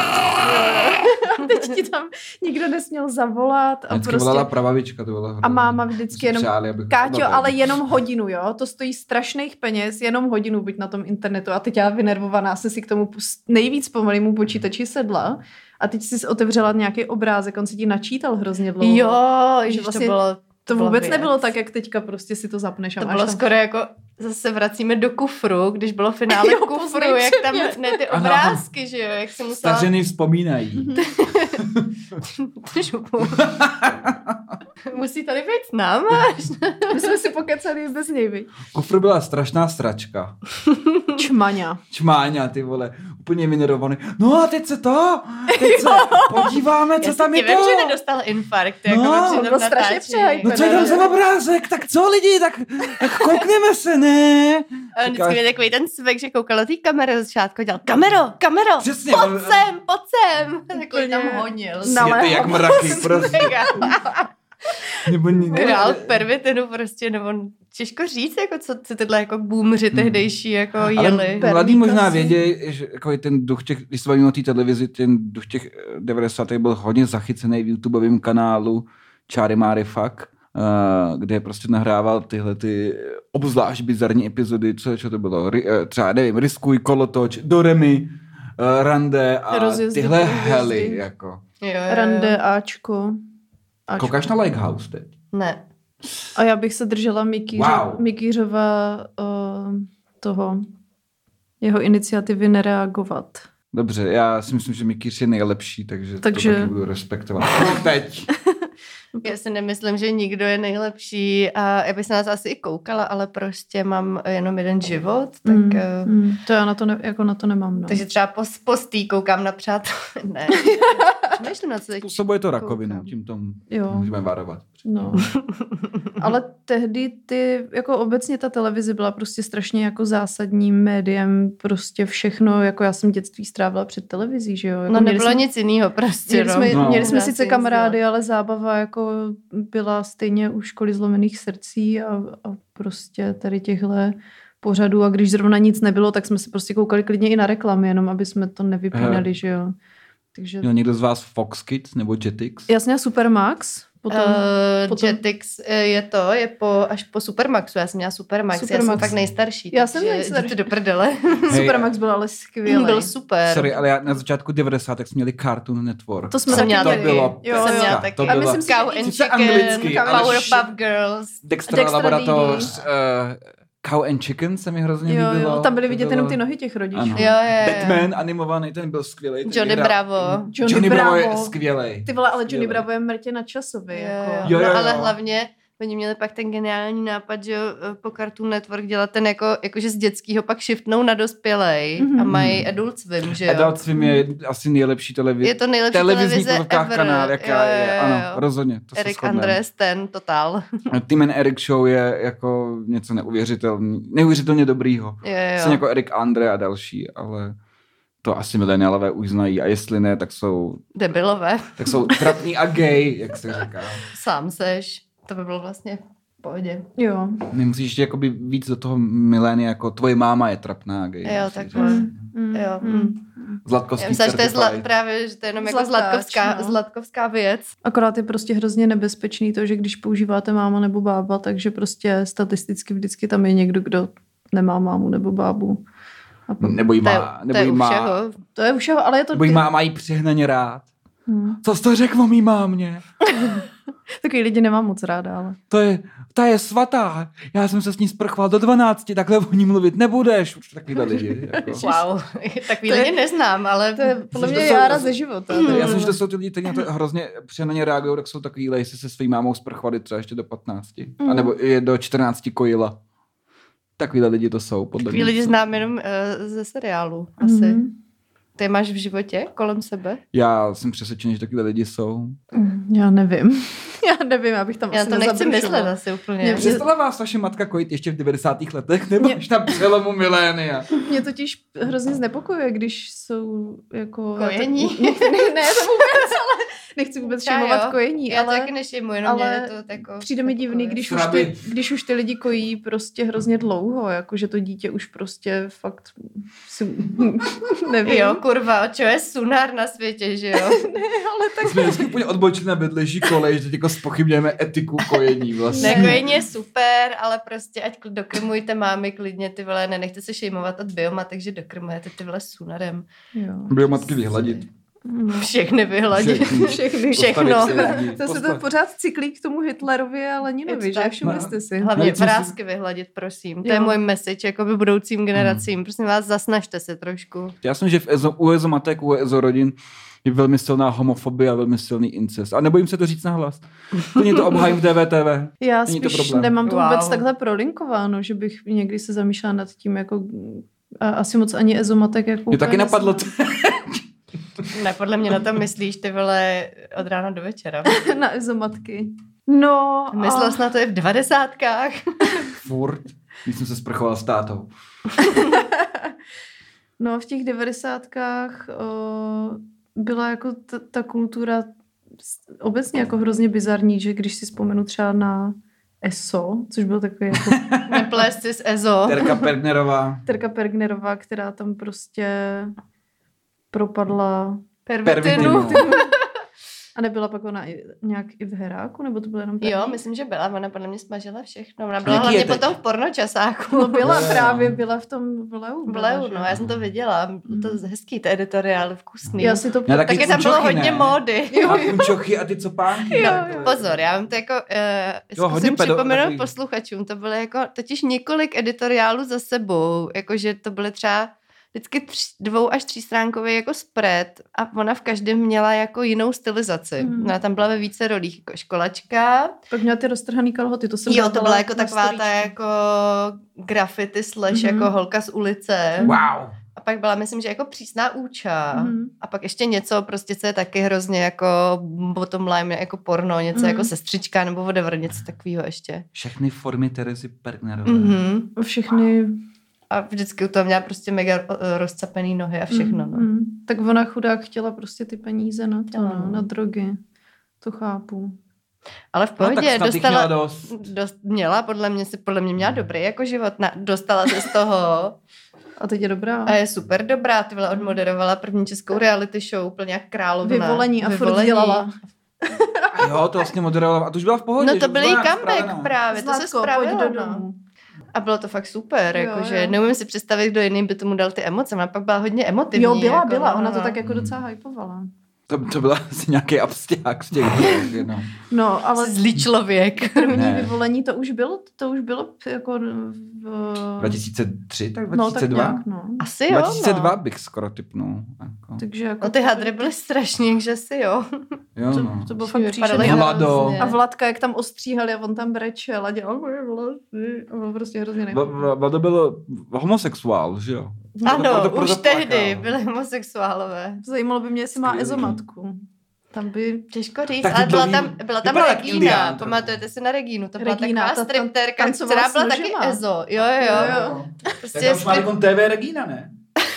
teď ti tam nikdo nesměl zavolat. A Vždycky prostě... volala pravavička, to bylo A máma vždycky jenom, přáli, abych Káťo, odbavil. ale jenom hodinu, jo? To stojí strašných peněz, jenom hodinu být na tom internetu. A teď já vynervovaná jsem si k tomu pus- nejvíc pomalému počítači sedla a teď jsi otevřela nějaký obrázek, on se ti načítal hrozně dlouho. Jo, že že vlastně to bylo To byla vůbec věc. nebylo tak, jak teďka prostě si to zapneš a To máš bylo tam... skoro jako, zase vracíme do kufru, když bylo finále Jo, kufru, pozdej jak tam, předmět. ne ty Ano. obrázky, že jo, jak jsem musela... Stařeny vzpomínají. Šupu. Musí tady být s náma. My jsme si pokecali bez něj, viď? Kufr byla strašná sračka. Čmaňa. Čmáňa, ty vole, úplně vynervovaný. No a teď se to, teď se podíváme, co Já tam si je vím, to. že nedostal infarkt, No, jako on při tom byl strašně natáčení. přehypený. No co je tam za obrázek, tak co lidi, tak, tak koukněme se, ne? A on vždycky měl takový ten svek, že koukal do té kamery ze začátku a dělal kamero, kamero, Přesně, pojď on- sem, pojď sem. Takový Úplně tam honil. na- Světy jak mraky, prostě. Nebo ni- Hrál pervitinu prostě, nebo těžko říct, jako co, co tyhle jako boomři tehdejší jako jeli. Ale Pervita mladí možná si- vědějí, že jako ten duch těch, když se bavíme o té televizi, ten duch těch devadesátých byl hodně zachycený v YouTubeovém kanálu Čáry Máry Fuck, Uh, kde prostě nahrával tyhle ty obzvlášť bizarní epizody, co, co to bylo, Ry, uh, třeba nevím, Riskuj, Kolotoč, Doremi, uh, Rande a Rozjezdy, tyhle rozjezdy. hely, jako. Jo, jo, jo. Rande, Ačko. Ačko. Koukáš na Likehouse teď? Ne. A já bych se držela Mikýře, Wow. Mikýřova uh, toho, jeho iniciativy nereagovat. Dobře, já si myslím, že Mikýř je nejlepší, takže, Takže- to taky budu respektovat. No teď. Já si nemyslím, že nikdo je nejlepší a já bych se nás asi i koukala, ale prostě mám jenom jeden život, tak... mm, eh, mm, to já na to, ne, jako na to nemám. No. Takže třeba po, po stý koukám na přátel. Ne. Přemýšlím na co teď. Způsobuje to rakovinu, koukám. tím tomu Jo. můžeme varovat. No. Ale tehdy ty, jako obecně ta televize byla prostě strašně jako zásadním médiem, prostě všechno, jako já jsem dětství strávila před televizí, že jo. Jako No nebylo jsme, nic jiného prostě, Měli jsme, No. měli jsme Dá se sice nic kamarády, dělat. ale zábava jako byla stejně u školy zlomených srdcí a, a prostě tady těchhle pořadů a když zrovna nic nebylo, tak jsme se prostě koukali klidně i na reklamy, jenom aby jsme to nevypínali, že jo. Takže... Měl někdo z vás Fox Kids nebo Jetix? Jasně, Supermax. Potom, Uh, potom... Jetix uh, je to, je po, až po Supermaxu. Já jsem měla Supermax, Supermax. já jsem fakt nejstarší. Já jsem takže nejstarší. jděte do prdele. Hej, Supermax byl ale skvělý. Byl super. Sorry, ale já na začátku devadesátek jsme měli Cartoon Network. To jsme Jsem taky měla to měli. bylo Jo, jsem jo. měla pecka, taky. to A byla myslím si, Cow že and sice Chicken, anglicky, ale Powerpuff Girls. Dexter Dexter Laboratoř, uh, Cow and Chicken se mi hrozně Jo, líbilo. jo, tam byly To vidět bylo- jenom ty nohy těch rodičů. Ano. Jo, jo, jo. Batman animovaný, ten byl skvělý. ten Johnny vyhrál- Bravo. Johnny, Johnny Bravo je Bravo. skvělej. Ty vole, ale Skvělej. Johnny Bravo je mrtě nadčasový. Jo, Jako. jo. Jo, jo, No, ale jo. hlavně oni měli pak ten geniální nápad, že jo, po Cartoon Network dělat ten jako, jakože z dětskýho pak shiftnou na dospělej Mhm. a mají Adult Swim, že jo. Adult Swim je asi nejlepší televize. Je to nejlepší televizní televize pořadkách ever. kanál, jaká Jo, jo, je. jo, Ano, jo. rozhodně. To se Erik shodneme. Andrés, ten totál. Tim and Eric Show je jako něco neuvěřitelný, neuvěřitelně dobrýho. Jo, Jsem jo. jako Erik Andre a další, ale to asi mileniálové už znají a jestli ne, tak jsou, Debilové. tak jsou trapný a gay, jak se říká. Sám seš. To by bylo vlastně v pohodě. Jo. Nemusíš ještě jakoby víc do toho milénia, jako tvoje máma je trapná a gay. Jo, musíš takhle. říct. Mm, Jo, mm. mm. Zlatkovský Já myslím, že to je zla, certified. právě, že to je jenom jako Zlatáč, zlatkovská, no. zlatkovská věc. Akorát je prostě hrozně nebezpečný to, že když používáte máma nebo bába, takže prostě statisticky vždycky tam je někdo, kdo nemá mámu nebo bábu. A pak... Nebo jí To je, má, to nebo je jí u má, všeho. To je u všeho, ale je to... nebo jí má, má jí přehnaně rád. Hmm. Co jsi to řekl o mý mámě? Takový lidi nemám moc ráda, ale... To je, ta je svatá. Já jsem se s ní sprchoval do dvanácti, takhle o ní mluvit nebudeš. Už takovýhle lidi. Jako. Wow, takový To je- lidi neznám, ale To je podle Myslím, mě že to jsou- jára ze života. Mm. Já jsem, že to jsou ty lidi, kteří na to hrozně přehnaně reagují, tak jsou takovýhle, jestli se svým mámou sprchovali třeba ještě do patnácti. Mm. A nebo je do čtrnácti kojila. Takovýhle lidi to jsou, podle takový mě. lidi znám jenom uh, ze seriálu asi. Mhm. Ty máš v životě kolem sebe? Já jsem přesvědčený, že takovýhle lidi jsou. Mm, Já nevím. Já nevím, abych tam Já asi to nechci nezabrušovala. myslet asi úplně. Mě Přestala vás vaše matka kojit ještě v devadesátých letech? Nebo Mě- až na přelomu milénia? Mě totiž hrozně znepokojuje, když jsou jako... Kojení? Ne, ne, to vůbec, ale nechci vůbec Třeba šimovat jo. kojení, Já to ale... taky nešejmu, jenom ale mě to jako... Přijde mi divný, když už, Sraby. ty, když už ty lidi kojí prostě hrozně dlouho, jako že to dítě už prostě fakt si, nevím. Jo, kurva, čo je sunár na světě, že jo? ale tak Jsme vždycky úplně odbočili na vedlejší kolej, že teď jako zpochybňujeme etiku kojení vlastně. Nekojení je super, ale prostě ať kl- dokrmujte mámy klidně, ty vole, nenechte se šejmovat od bioma, takže dokrmujete ty vole sunarem. jo. Budou matky vyhladit. No. Všechny vyhladit. Všechny. Všechny. Všechno. Postavit si lidi. To se to Postav- pořád cyklí k tomu Hitlerovi a Leninovi, Je to že? tak, Všimli no. jste si. Hlavně Velice si- vrásky vyhladit, prosím. To Jo. je můj message, jako by budoucím generacím. Prosím vás, zasnažte se trošku. Já jsem, že v EZO, u EZO matek, u EZO rodin je velmi silná homofobie a velmi silný incest. A nebojím se to říct nahlas. Klidně to obhájím v D V T V. Já Není to spíš problém. nemám to Wow. vůbec takhle prolinkováno, že bych někdy se zamýšlela nad tím, jako a asi moc ani ezomatek, jako Mě taky úplně napadlo, neznám. Ne, podle mě na to myslíš, ty vole, od rána do večera. Na ezomatky. No, Myslela a... jsi na to i v devadesátkách. furt, když jsem se sprchoval s tátou. no v těch devadesátkách o, byla jako t- ta kultura s- obecně jako hrozně bizarní, že když si vzpomenu třeba na E S O, což byl takový jako Neplést si s Ezo. Terka Pergnerová. Terka Pergnerová, která tam prostě propadla Pervitinu. a nebyla pak ona i, nějak i v heráku, nebo to bylo jenom tady? Jo, myslím, že byla. Ona podle mě smažila všechno. Ona byla Jaký hlavně je teď? potom v pornočasáku. No byla Jo. právě, byla v tom vleu. V byla, Leu, že? no, já jsem to viděla. To je hezký, to editoriál, vkusný. Já si to... Já taky Taky tam bylo punčochy, hodně ne? módy. A punčochy a ty copánky. Jo, tak jo. to- Pozor, já vám to jako uh, Jo, hodně zkusím pedo- připomenout takový- posluchačům. To bylo jako totiž několik editoriálů za sebou. Jakože to byly třeba vždycky tři, dvou až třístránkový jako spread a ona v každém měla jako jinou stylizaci. Hmm. Ona tam byla ve více rolích, jako školačka. Pak měla ty roztrhaný kalhoty, to jsem Jo, to dávala byla jako na taková ta storíčko. jako graffiti slash Mhm. jako holka z ulice. Wow. A pak byla, myslím, že jako přísná úča. Mm. A pak ještě něco, prostě, co je taky hrozně jako bottom line, jako porno, něco Mm. jako sestřička nebo whatever, něco takového ještě. Všechny formy Terezy Pergnerové. Mhm. Všechny... A vždycky u toho měla prostě mega rozcapený nohy a všechno. No. Mm. Tak ona chudák chtěla prostě ty peníze na to, No. no, na drogy. To chápu. Ale v No, pohodě tak snad jich dostala, měla dost. dost, měla, podle mě si, podle mě měla dobrý jako život, na, dostala se z toho A teď je dobrá. a je super dobrá, ty vole odmoderovala první českou reality show, úplně jak královna. Vyvolení a furt dělala. A jo, to vlastně moderovala. A to už byla v pohodě. No to že byl už její byla nějak comeback spravená. právě, to se Zlatko, spravilo. pojď do No. domu. A bylo to fakt super, Jo, jakože jo. neumím si představit, kdo jiný by tomu dal ty emoce, ona pak byla hodně emotivní. Jo, byla, jako, byla, no, ona no, to no. tak jako docela hypovala. To, to byla asi nějaký absťák z těch no. No, ale Zlý člověk. první Ne. vyvolení to už bylo, to už bylo jako v... dva tisíce tři, tak No, tak dva tisíce dva? nějak, no. Asi jo, dva tisíce dva no. bych skoro typnul. Jako. Takže jako... No ty hadry byly strašný, že si jo. Jo, To, no. to bylo Vypadaly fakt příšerný. Hlado. hrozně. A Vladka, jak tam ostříhali a on tam brečel a dělal moje vlasy. A byl prostě hrozně Vla- nechutný. Vla- Vlado byl homosexuál, že jo? Ano, Proto- proto už plakal. tehdy byli homosexuálové. Zajímalo by mě, jestli má Skvělý. ezomatku. Tam by... Těžko říct, Tak ty ale byla dlouhý- tam, byla tam vypadala jak Regína. Indián trochu. Pamatujete si na Regínu? To byla Regína, taková ta- ta stripterka, tancovala která byla s taky nožema. ezo. Jo, jo, jo. Jo, jo. Prostě Tak už má strip- jako T V Regína, ne?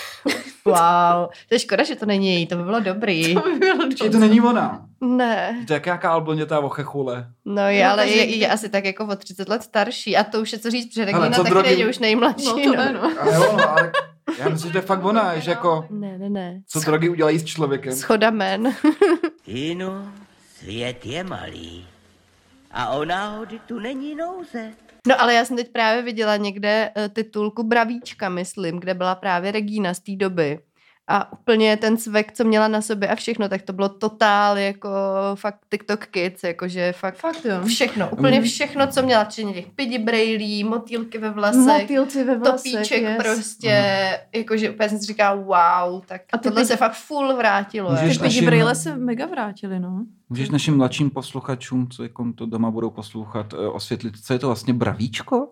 Wow, to je škoda, že to není její, to by bylo dobrý. To by bylo Či to není ona. Ne, To je jak jaká albondětá ochechule. no je, No, ale takže je, kdy- je asi tak jako o třicet let starší a to už je co říct, protože Hele, Regína co taky drogy- není už nejmladší. No to ne, no. Ale jo, no, ale já myslím, že to je fakt ona, že jako, Ne, ne, ne. co drogy udělají s člověkem. Schoda men. Inu, svět je malý a o náhody tu není nouze. No ale já jsem teď právě viděla někde uh, titulku Bravíčka, myslím, kde byla právě Regína z té doby. A úplně ten cvek, co měla na sobě a všechno, tak to bylo totál jako fakt TikTok kids, jakože fakt, Fakt jo. všechno, úplně Mm. všechno, co měla, včetně těch pidi brejlí, motýlky ve vlasech, Motýlci ve vlasech, topíček yes. prostě, jakože úplně jsem si říkala wow, tak A ty tohle pidi- se fakt full vrátilo. Můžeš Ty Jako. našim- pidi brejle se mega vrátily, no. Můžeš našim mladším posluchačům, co jako to doma budou poslouchat, eh, osvětlit, co je to vlastně bravíčko?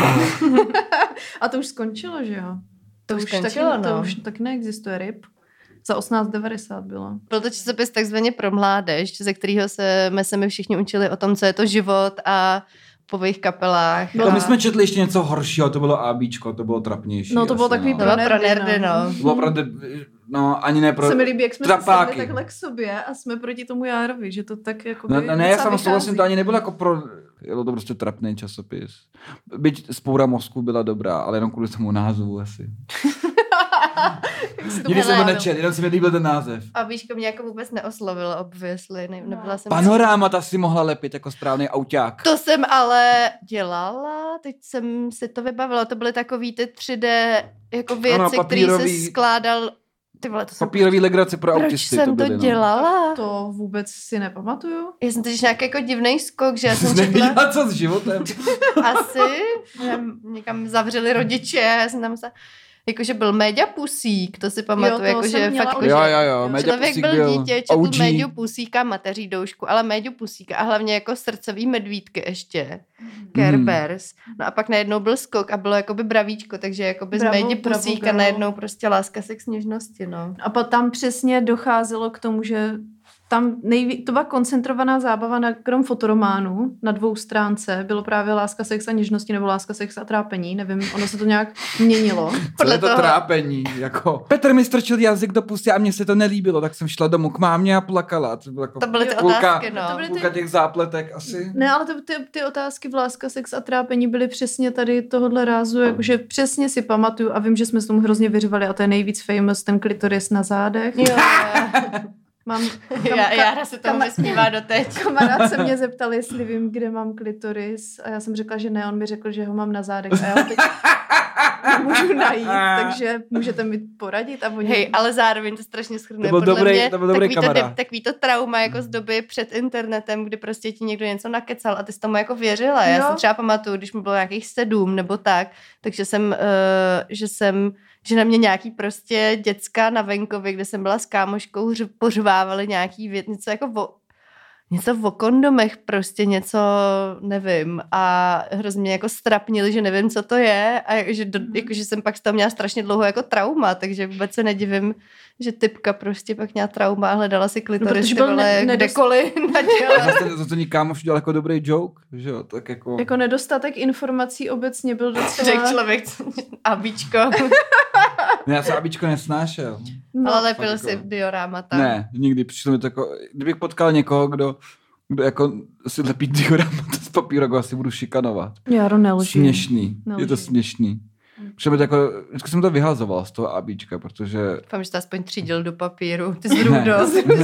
A to už skončilo, že jo? To už taky, skončilo, no. To už taky neexistuje, ryb. Za osmnáct devadesát bylo. Byl to časopis takzvaně pro mládež, ze kterého se, my se my všichni učili o tom, co je to život a po jejich kapelách. No, To a... my jsme četli ještě něco horšího, to bylo ABčko, to bylo trapnější. No to bylo asi, takový no. To bylo pro nerdy, no. To bylo opravdu, no ani ne pro... Se mi líbí, jak jsme se trapáky. sedli takhle k sobě a jsme proti tomu Járovi, že to tak jako No, no ne, já jsem souhlasím, to ani nebylo jako pro... Bylo to prostě trapný časopis. Byť spoura mozku byla dobrá, ale jenom kvůli tomu názvu asi. Nikdy jsem ho Hele, nečet, jenom se mi líbil ten název. A Víško mě jako vůbec neoslovilo, obviously, ne, nebyla jsem... Panoráma, ta si mohla lepit jako správný auták. To jsem ale dělala, teď jsem si to vybavila, to byly takový ty tři dé jako věci, Ano, které papírový- se skládal... Ty vole, to jsem... Papírový legrace pro Proč autisty jsem to to, byly, no. dělala? To vůbec si nepamatuju. Já jsem totiž nějaký jako divnej skok, že já Jsi jsem četla... nevěděla, co s životem. Asi, že někam zavřeli rodiče, já jsem tam musela... Jakože byl Méďa Pusík, to si pamatuju, toho jakože jsem měla fakt od- jako, Jo, že jo, jo, Méďa člověk Pusík byl byl dítě, četl O G. Méďu Pusíka, mateří doušku, ale Méďu Pusíka a hlavně jako srdcový medvídky ještě, Care Mhm. Bears. No a pak najednou byl skok a bylo jakoby bravíčko, takže jakoby z Bravo, Méďy bravo, Pusíka bravo. najednou prostě láska, sex, něžnosti, no. A pak tam přesně docházelo k tomu, že tam nejví, to byla koncentrovaná zábava na krom fotorománu na dvou stránce. Bylo právě láska, sex a něžnosti nebo láska, sex a trápení. Nevím, ono se to nějak měnilo. Co Podle je to toho- trápení? Jako... Petr mi strčil jazyk do pusy a mně se to nelíbilo, tak jsem šla domů k mámě a plakala. To, bylo jako To byly ty půlka, otázky, no. To byly ty- půlka těch zápletek asi. Ne, ale ty, ty, ty otázky v láska, sex a trápení byly přesně tady tohohle rázu, jakože přesně si pamatuju a vím, že jsme s tomu hrozně vyřvali a to je nejvíc famous, ten klitoris na zádech. Jo, Mám, já, kam- Jára se tomu kam- vysmívá doteď. Kamarád se mě zeptal, jestli vím, kde mám klitoris a já jsem řekla, že ne, on mi řekl, že ho mám na zádech a já ho teď nemůžu najít, takže můžete mi poradit a oni... Hej, ale zároveň to strašně shrnuje. To byl podle dobrý- mě, to byl dobrý takový, to, kamarád. de- takový to trauma jako z doby před internetem, kdy prostě ti někdo něco nakecal a ty jsi tomu jako věřila. Já Jo. si třeba pamatuju, když mi bylo nějakých sedm nebo tak, takže jsem, uh, že jsem, že na mě nějaký prostě děcka na venkově, kde jsem byla s kámoškou, hř- pořvávali nějaký věc, něco jako vo, něco o kondomech, prostě něco, nevím, a hrozně mě jako strapnili, že nevím, co to je a že, do, jako, že jsem pak z toho měla strašně dlouho jako trauma, takže vůbec se nedivím, že typka prostě pak měla trauma a hledala si klitoris, ty vole, ne, kdekoliv na těle. To, to ní kámoš udělal jako dobrý joke, že jo, tak jako... Jako nedostatek informací obecně byl docela... Řekl člověk, abíčko. Ne, já se abíčko nesnášel. No, ale lepil jako... si dioramata. Ne, nikdy, přišlo mi to jako, kdybych potkal někoho, kdo, kdo jako si lepí dioramata z papíru, jako asi budu šikanovat. Járo, nelží. Směšný, nelží. Je to směšný. Přišlo mi to jako, vždycky jsem to vyhazoval z toho abíčka, protože... Doufám, že to aspoň třídil do papíru. Ty jsi růdo.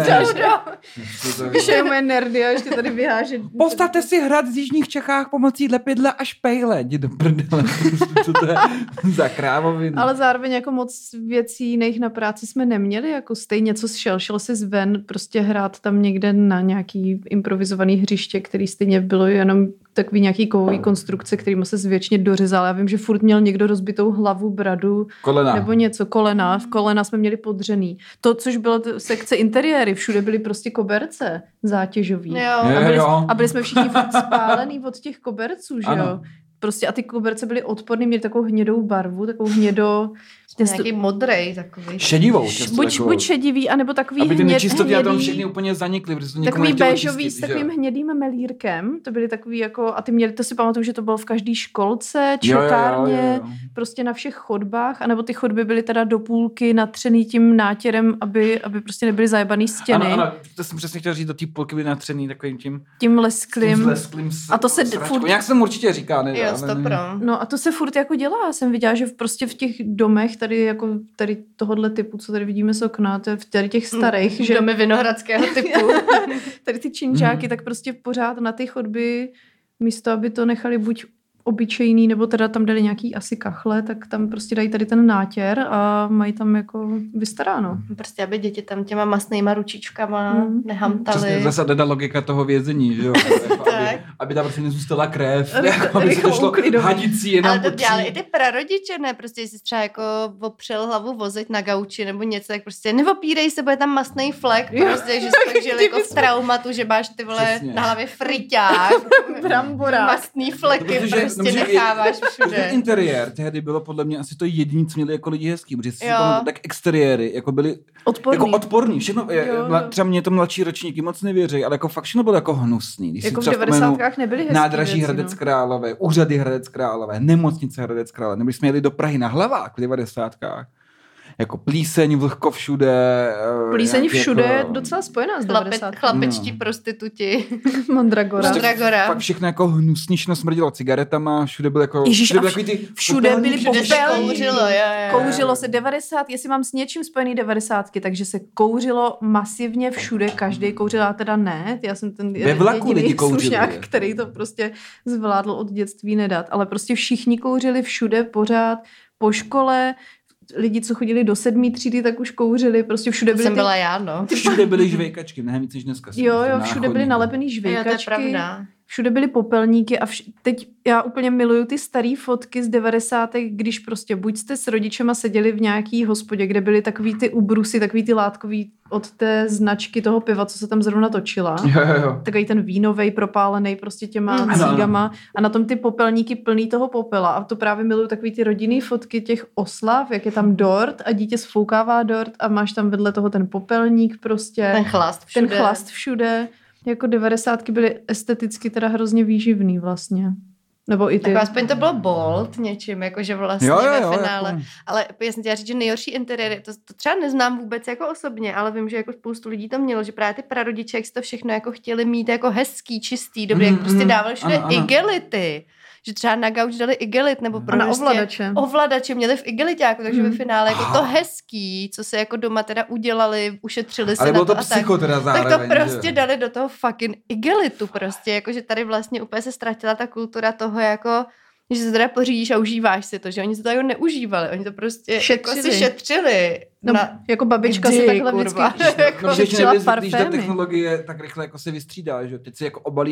Že je moje nerdy a ještě tady vyháže. Postavte si hrad z jižních Čechách pomocí lepidla a špejle. Jdi do prdele. Co to je za krávovinu? Ale zároveň jako moc věcí jiných na práci jsme neměli. Jako stejně co šel. Šel si zven prostě hrát tam někde na nějaký improvizovaný hřiště, který stejně bylo jenom takový nějaký kovový konstrukce, kterým se zvětšně dořezal. Já vím, že furt měl někdo rozbitou hlavu, bradu, kolena. Nebo něco, kolena. V kolena jsme měli podřený. To, což bylo t- sekce interiéry, všude byly prostě koberce zátěžový. Jo. A, byli, a byli jsme všichni furt spálený od těch koberců, že ano. jo? Prostě a ty koberce byly odporný, měly takovou hnědou barvu, takovou hnědo... Nějaký modrej takový. Šedivou. Buď, buď šedivý, anebo takový aby ty hněd, nečistoty hnědý, na tom všechny úplně zanikly. To takový béžový s takovým hnědým melírkem. To byly takový jako, a ty měli, to si pamatuju, že to bylo v každé školce, čekárně, jo, jo, jo, jo. prostě na všech chodbách, anebo ty chodby byly teda do půlky natřený tím nátěrem, aby, aby prostě nebyly zajebaný stěny. Ano, ano, to jsem přesně chtěl říct, do té půlky byly natřený takovým tím... Tím lesklým. Tím lesklým s, a to se sračkou. furt... Nějak se mu určitě říká, ne? Jo, stopro. No a to se furt jako dělá. Já jsem viděla, že prostě v těch domech tady jako tady tohodle typu, co tady vidíme z okna, to je v tady těch starých, mm, že... Domy vinohradského typu. Tady ty činžáky, mm. tak prostě pořád na ty chodby, místo, aby to nechali buď obyčejný, nebo teda tam dali nějaký asi kachle, tak tam prostě dají tady ten nátěr a mají tam jako vystaráno. Prostě, aby děti tam těma masnýma ručičkama mm. nehamtaly. Přesně, zase ta logika toho vězení, že jo? Jako, aby, aby tam prostě nezůstala krev, jako, aby se to šlo hadicí jenom ale to dělali i ty prarodiče, ne? Prostě, jestli třeba jako opřel hlavu vozit na gauči nebo něco, tak prostě neopírej se, bude tam masný flek, prostě, že jsi žil jako v traumatu, že máš ty vole přesně. Na hlavě friťák, brambora, masný fleky, prostě no, necháváš všude. Interiér tehdy bylo podle mě asi to jediný, co měli jako lidi hezký, protože si pamatuju, tak exteriéry jako byly odporný. Jako odporný. Všechno, jo, jo. Třeba mě to mladší ročníky moc nevěří, ale jako fakt všechno bylo jako hnusný. Když jako v devadesátkách nebyly hezký nádraží věci, Hradec no. Králové, úřady Hradec Králové, nemocnice Hradec Králové, nebo jsme jeli do Prahy na hlavách v devadesátkách. Jako plíseň, vlhko všude. Plíseň všude je jako... docela spojená s devadesátkou. Chlapečtí no. prostituti. Mandragora. Mandragora. Fakt všechno jako hnusnično smrdilo cigaretama, všude byly jako... Ježiš, všude byly takový ty... Všude byly popelní. Kouřilo, je, je. Kouřilo se devadesát, jestli mám s něčím spojený devadesátky, takže se kouřilo masivně všude, každý kouřil, a teda ne. Já jsem ten Ve vlaku lidi kouřili. Slušňák, který to prostě zvládl od dětství nedat. Ale prostě všichni kouřili všude, pořád, po škole, lidi, co chodili do sedmý třídy, tak už kouřili, prostě všude byly jsem ty... byla já, no. Všude byly žvejkačky, mnohem víc než dneska. Jo, jo, všude byly nalepený žvejkačky. Jo, to je pravda. Všude byly popelníky a vš- teď já úplně miluju ty staré fotky z devadesátek, když prostě buď jste s rodičema seděli v nějaký hospodě, kde byly takový ty ubrusy, takový ty látkový od té značky toho piva, co se tam zrovna točila. Jo, jo, jo. Takový ten vínovej, propálený prostě těma mm. cígama a na tom ty popelníky plný toho popela. A to právě miluju takový ty rodinný fotky těch oslav, jak je tam dort a dítě sfoukává dort a máš tam vedle toho ten popelník prostě. Ten chlast všude. Ten chlast všude. Jako devadesátky byly esteticky teda hrozně výživný vlastně. Nebo i ty. Tak aspoň to bylo bold něčím, jakože vlastně jo, jo, jo, ve finále. Jako... Ale já jsem chtěla říct, že nejhorší interiéry, to, to třeba neznám vůbec jako osobně, ale vím, že jako spoustu lidí to mělo, že právě ty prarodiče, jak si to všechno jako chtěli mít jako hezký, čistý, dobrý, mm, jak prostě dávali všude ano, ano. igelity. Že třeba na gauč dali igelit, nebo pro prostě ovladače. ovladače měli v igeliťáku, takže mm. ve finále jako to hezký, co se jako doma teda udělali, ušetřili si ale na to, to to psycho tak, teda zároveň, tak to prostě že? dali do toho fucking igelitu prostě, jakože tady vlastně úplně se ztratila ta kultura toho jako, že se teda pořídíš a užíváš si to, že oni se to jako neužívali, oni to prostě šetřili. Jako si šetřili. No, na... jako babička Kdy, se takhle kurva. vždycky no, šetřila když ta parfémy. technologie tak rychle jako se vystřídá, že teď si jako obalíš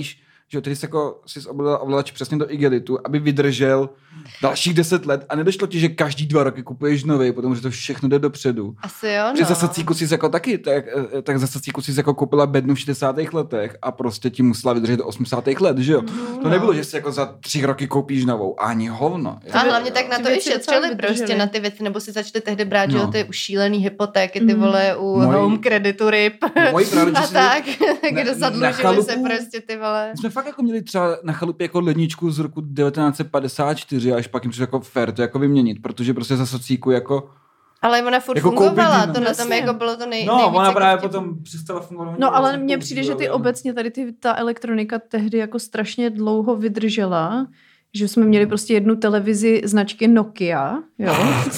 že jo, tedy jsi jako si obledal ovladač přesně do igelitu, aby vydržel dalších deset let a nedošlo ti, že každý dva roky kupuješ nový, potom, že to všechno jde dopředu. Asi jo, no. Že za sacíku jsi jako taky, tak, tak za sacíku jsi jako koupila bednu v šedesátých letech a prostě ti musela vydržet do osmdesátých let, že jo? Mm, to nebylo, no. Že si jako za tři roky koupíš novou, ani hovno. A hlavně tak na to i šetřili prostě na ty věci, nebo si začali tehdy brát, no. Že ty ušílený hypotéky, ty vole u Moji... home kreditu ryb. A tak, kde zadlužili se prostě ty vole. My jsme fakt jako měli třeba na chalupě jako ledničku z roku devatenáct set padesát čtyři a až pak jim přišlo jako fair to jako vyměnit, protože prostě za socíku jako ale ona furt jako fungovala, to na tom jako bylo to nej, no, nejvíc. No, ona jako právě vtip. potom přestala fungovat. No, ale mně přijde, že ty obecně tady ty, ta elektronika tehdy jako strašně dlouho vydržela, že jsme měli prostě jednu televizi značky Nokia, jo.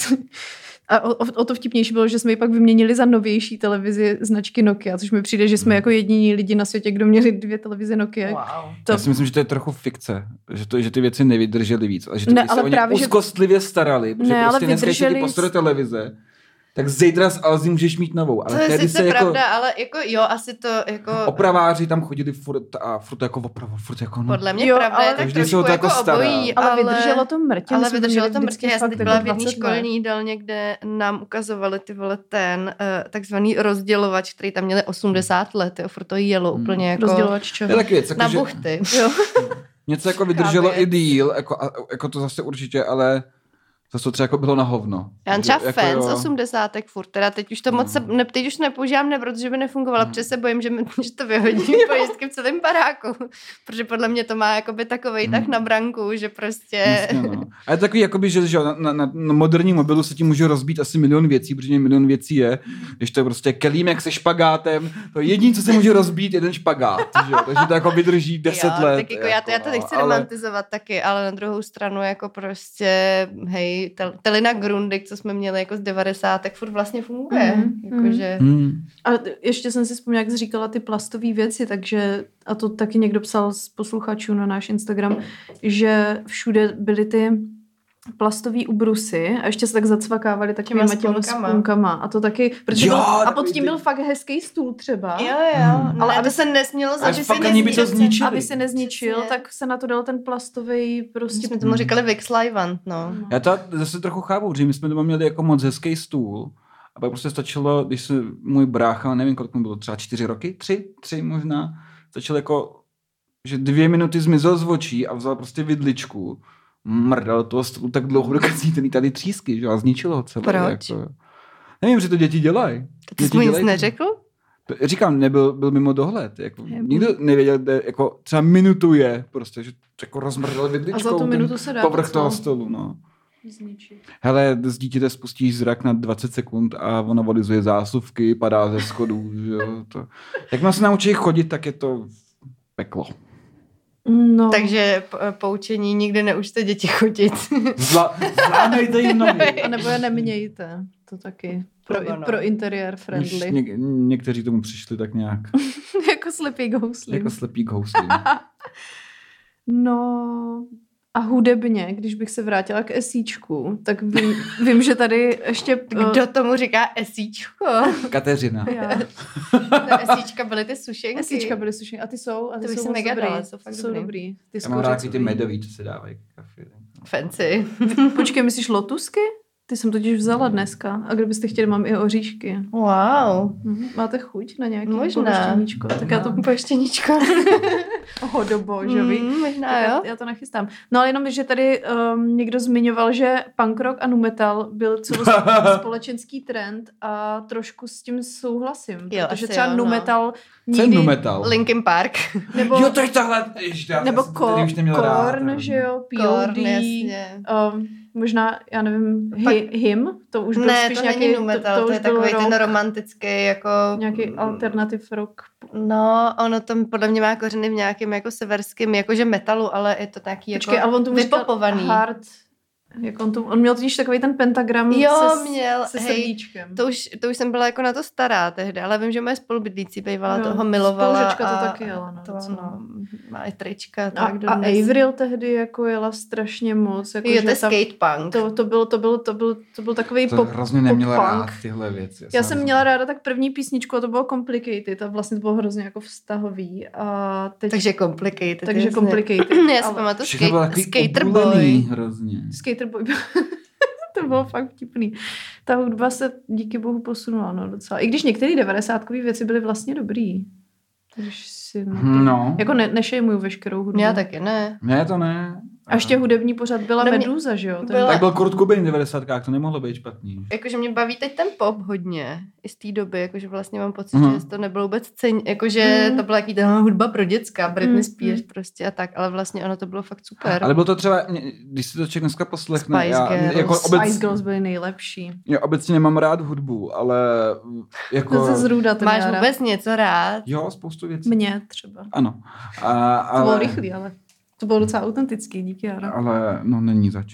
A o, o to vtipnější bylo, že jsme ji pak vyměnili za novější televizi značky Nokia, což mi přijde, že jsme jako jediní lidi na světě, kdo měli dvě televize Nokia. Wow. To... Já si myslím, že to je trochu fikce, že, to, že ty věci nevydržely víc, ale že to ne, ale se o ně úzkostlivě starali, protože ne, prostě dneska, vydrželi... když ti postroj televize, tak zítra z Alzy můžeš mít novou. Ale to je sice se pravda, jako... ale jako jo, asi to jako... Opraváři tam chodili furt a furt jako opravo, furt jako... No. Podle mě jo, pravda je tak trošku to jako, jako obojí, ale... ale vydrželo to mrtě. Ale vydrželo to mrtě, já jsem teď byla v jedné dvacet školní jídelně, kde nám ukazovali ty vole ten uh, takzvaný rozdělovač, který tam měli osmdesát let, jo, furt to jelo hmm. úplně jako... Rozdělovač čeho? Je taky věc, jako na že... buchty, jo. Něco jako vydrželo i díl, jako, jako to zase určitě, ale zase to třeba jako bylo na hovno. Já třeba jako fan jo. z osmdesátek furt, teda teď už to moc se, ne, teď už nepoužívám, ne, protože by nefungovala, mm. protože se bojím, že, mi, že to vyhodí pojistky v celém baráku, protože podle mě to má jakoby takovej mm. tak na branku, že prostě... Jasně, no. A je takový, jakoby, že, že na, na, na moderním mobilu se ti může rozbít asi milion věcí, protože milion věcí je, když to je prostě kelímek se špagátem, to je jediné, co se může rozbít, jeden špagát, že? Takže to jako vydrží deset jo, let. Tak jako, jako já, to, já to nechci ale... romantizovat taky, ale na druhou stranu jako prostě, hej, tel, Telina Grundig, co jsme měli jako z devadesátek, furt vlastně funguje. Mm, Jakože... mm. A ještě jsem si vzpomněla, jak jsi říkala ty plastové věci, takže, a to taky někdo psal z posluchačů na náš Instagram, že všude byly ty plastový ubrusy a ještě se tak zacvakávali takovýma těma spunkama. A to taky, protože jo, byl, a pod ty... tím byl fakt hezký stůl třeba. Jo, jo. Hmm. Ale aby se nesmělo, aby si fakt ani by to zničili. Aby se nezničil, Přesně. tak se na to dal ten plastový prostě... My jsme tomu říkali Vixlaivant, no. Hmm. Já to zase trochu chápu, že my jsme doma měli jako moc hezký stůl a pak prostě stačilo, když se můj brácha, nevím, kolik mu bylo, třeba čtyři roky, tři, tři možná, stačilo jako, že dvě minuty zmizel z očí a vzal prostě vidličku, mrdal toho stolu tak dlouho, dokud si tady třísky, že a zničilo ho celé. Proč? Jako. Nevím, že to děti dělají. Ty jsi mu nic neřekl? Říkám, nebyl byl mimo dohled. Jako, nikdo nevěděl, kde jako třeba minutu je, prostě, že jako rozmrdal vidličkou a za tu minutu se dá povrch toho stolu. No. Zničit. Hele, z dítěte spustíš zrak na dvacet sekund a ono volizuje zásuvky, padá ze schodů. Že jo, to. Jak se naučí chodit, tak je to peklo. No. Takže poučení, nikdy neučte děti chodit. Zla, zlámejte jim nohy. A nebo je nemějte. To taky. Pro, no, no. pro interiér friendly. Ně, někteří tomu přišli tak nějak. Jako slepý houslím. Jako slepý houslím. No a hudebně, když bych se vrátila k esíčku, tak vím, vím že tady ještě... Kdo tomu říká esíčko? Kateřina. Esíčka byly ty sušenky. Esíčka byly sušenky. A ty jsou, a ty to jsou moc mega dobrý. dala, Jsou fakt jsou dobrý. dobrý. Ty Já mám rád ty medový, co se dávají k kafi. Fancy. Počkej, myslíš lotusky? Ty jsem totiž vzala dneska. A kdybyste chtěli, mám i oříšky. Wow. Mhm. Máte chuť na nějaký možná. poštěníčko? Tak já to... Poštěníčko. Hodobožovi. Mm, možná, jo. Já, já to nachystám. No ale jenom, že tady um, někdo zmiňoval, že punk rock a nu metal byl celospolečenský trend a trošku s tím souhlasím. Jo, protože asi třeba jo, nu no. metal Co je nu metal? Linkin Park. Nebo, Jo, to je tahle. Ježiš, já nebo jsem ko, už neměl Korn, rád. že jo, P O Korn, D. jasně. Um, možná, já nevím, hi, him, to už byl Ne, spíš to nějaký... není nu metal, to, to, to je takový rock, ten romantický jako... nějaký alternative rock. No, ono to podle mě má kořeny v nějakém jako severském, jakože metalu, ale je to taky jako Počkej, ale on tomu říkal vypopovaný. hard... Jak on, to, on měl totiž takový ten pentagram Jo, se, měl, se hej, srdíčkem. To už, to už jsem byla jako na to stará tehdy, ale vím, že moje spolubydlící bývala Jo, toho milovala. spolužečka to a taky jela, no, to docela. no, má i trička. A, Tak a dodnes. Avril tehdy jako jela strašně moc. Jako, Jo, že to je tam- skatepunk. To, to, byl, to, byl, to, byl, to byl takový To pop, hrozně neměla pop-punk. rád tyhle věci. Já jsem měla ráda tak první písničku a to bylo Complicated a vlastně to bylo hrozně jako vztahový. A teď, Takže complicated. takže jasně. complicated. Já si ale pamatuju Všechno bylo skate, takový Skater obulený Boy. hrozně. Skater Boy. To bylo fakt vtipný. Ta hudba se díky bohu posunula, no docela. I když některé devadesátkové věci byly vlastně dobrý. Když si na to... No. Jako ne, nešejmuju veškerou hudbu. Já taky ne. Ne, to ne. A ještě hudební pořad byla No mě- Meduza, že jo? Ten... byla- Tak byl Kurt Cobain v devadesátkách, to nemohlo být špatný. Jakože mě baví teď ten pop hodně. I z té doby, jakože vlastně mám pocit, Mhm. že to nebylo vůbec ceň, jakože Mhm. to byla jaký ta hudba pro děcka, Britney Mhm. Spears prostě a tak, ale vlastně ono to bylo fakt super. Ale bylo to třeba, když si to člověk dneska poslechne, Spice já Girls. jako Spice obec, Girls byly nejlepší. já obecně nemám rád hudbu, ale jako... To se zrůda ten Máš jára. vůbec něco rád? Jo, spoustu věcí. Mě třeba. Ano. A, To bylo ale, rychlý, ale to bylo docela autentický, díky Jara. ale, no není zač.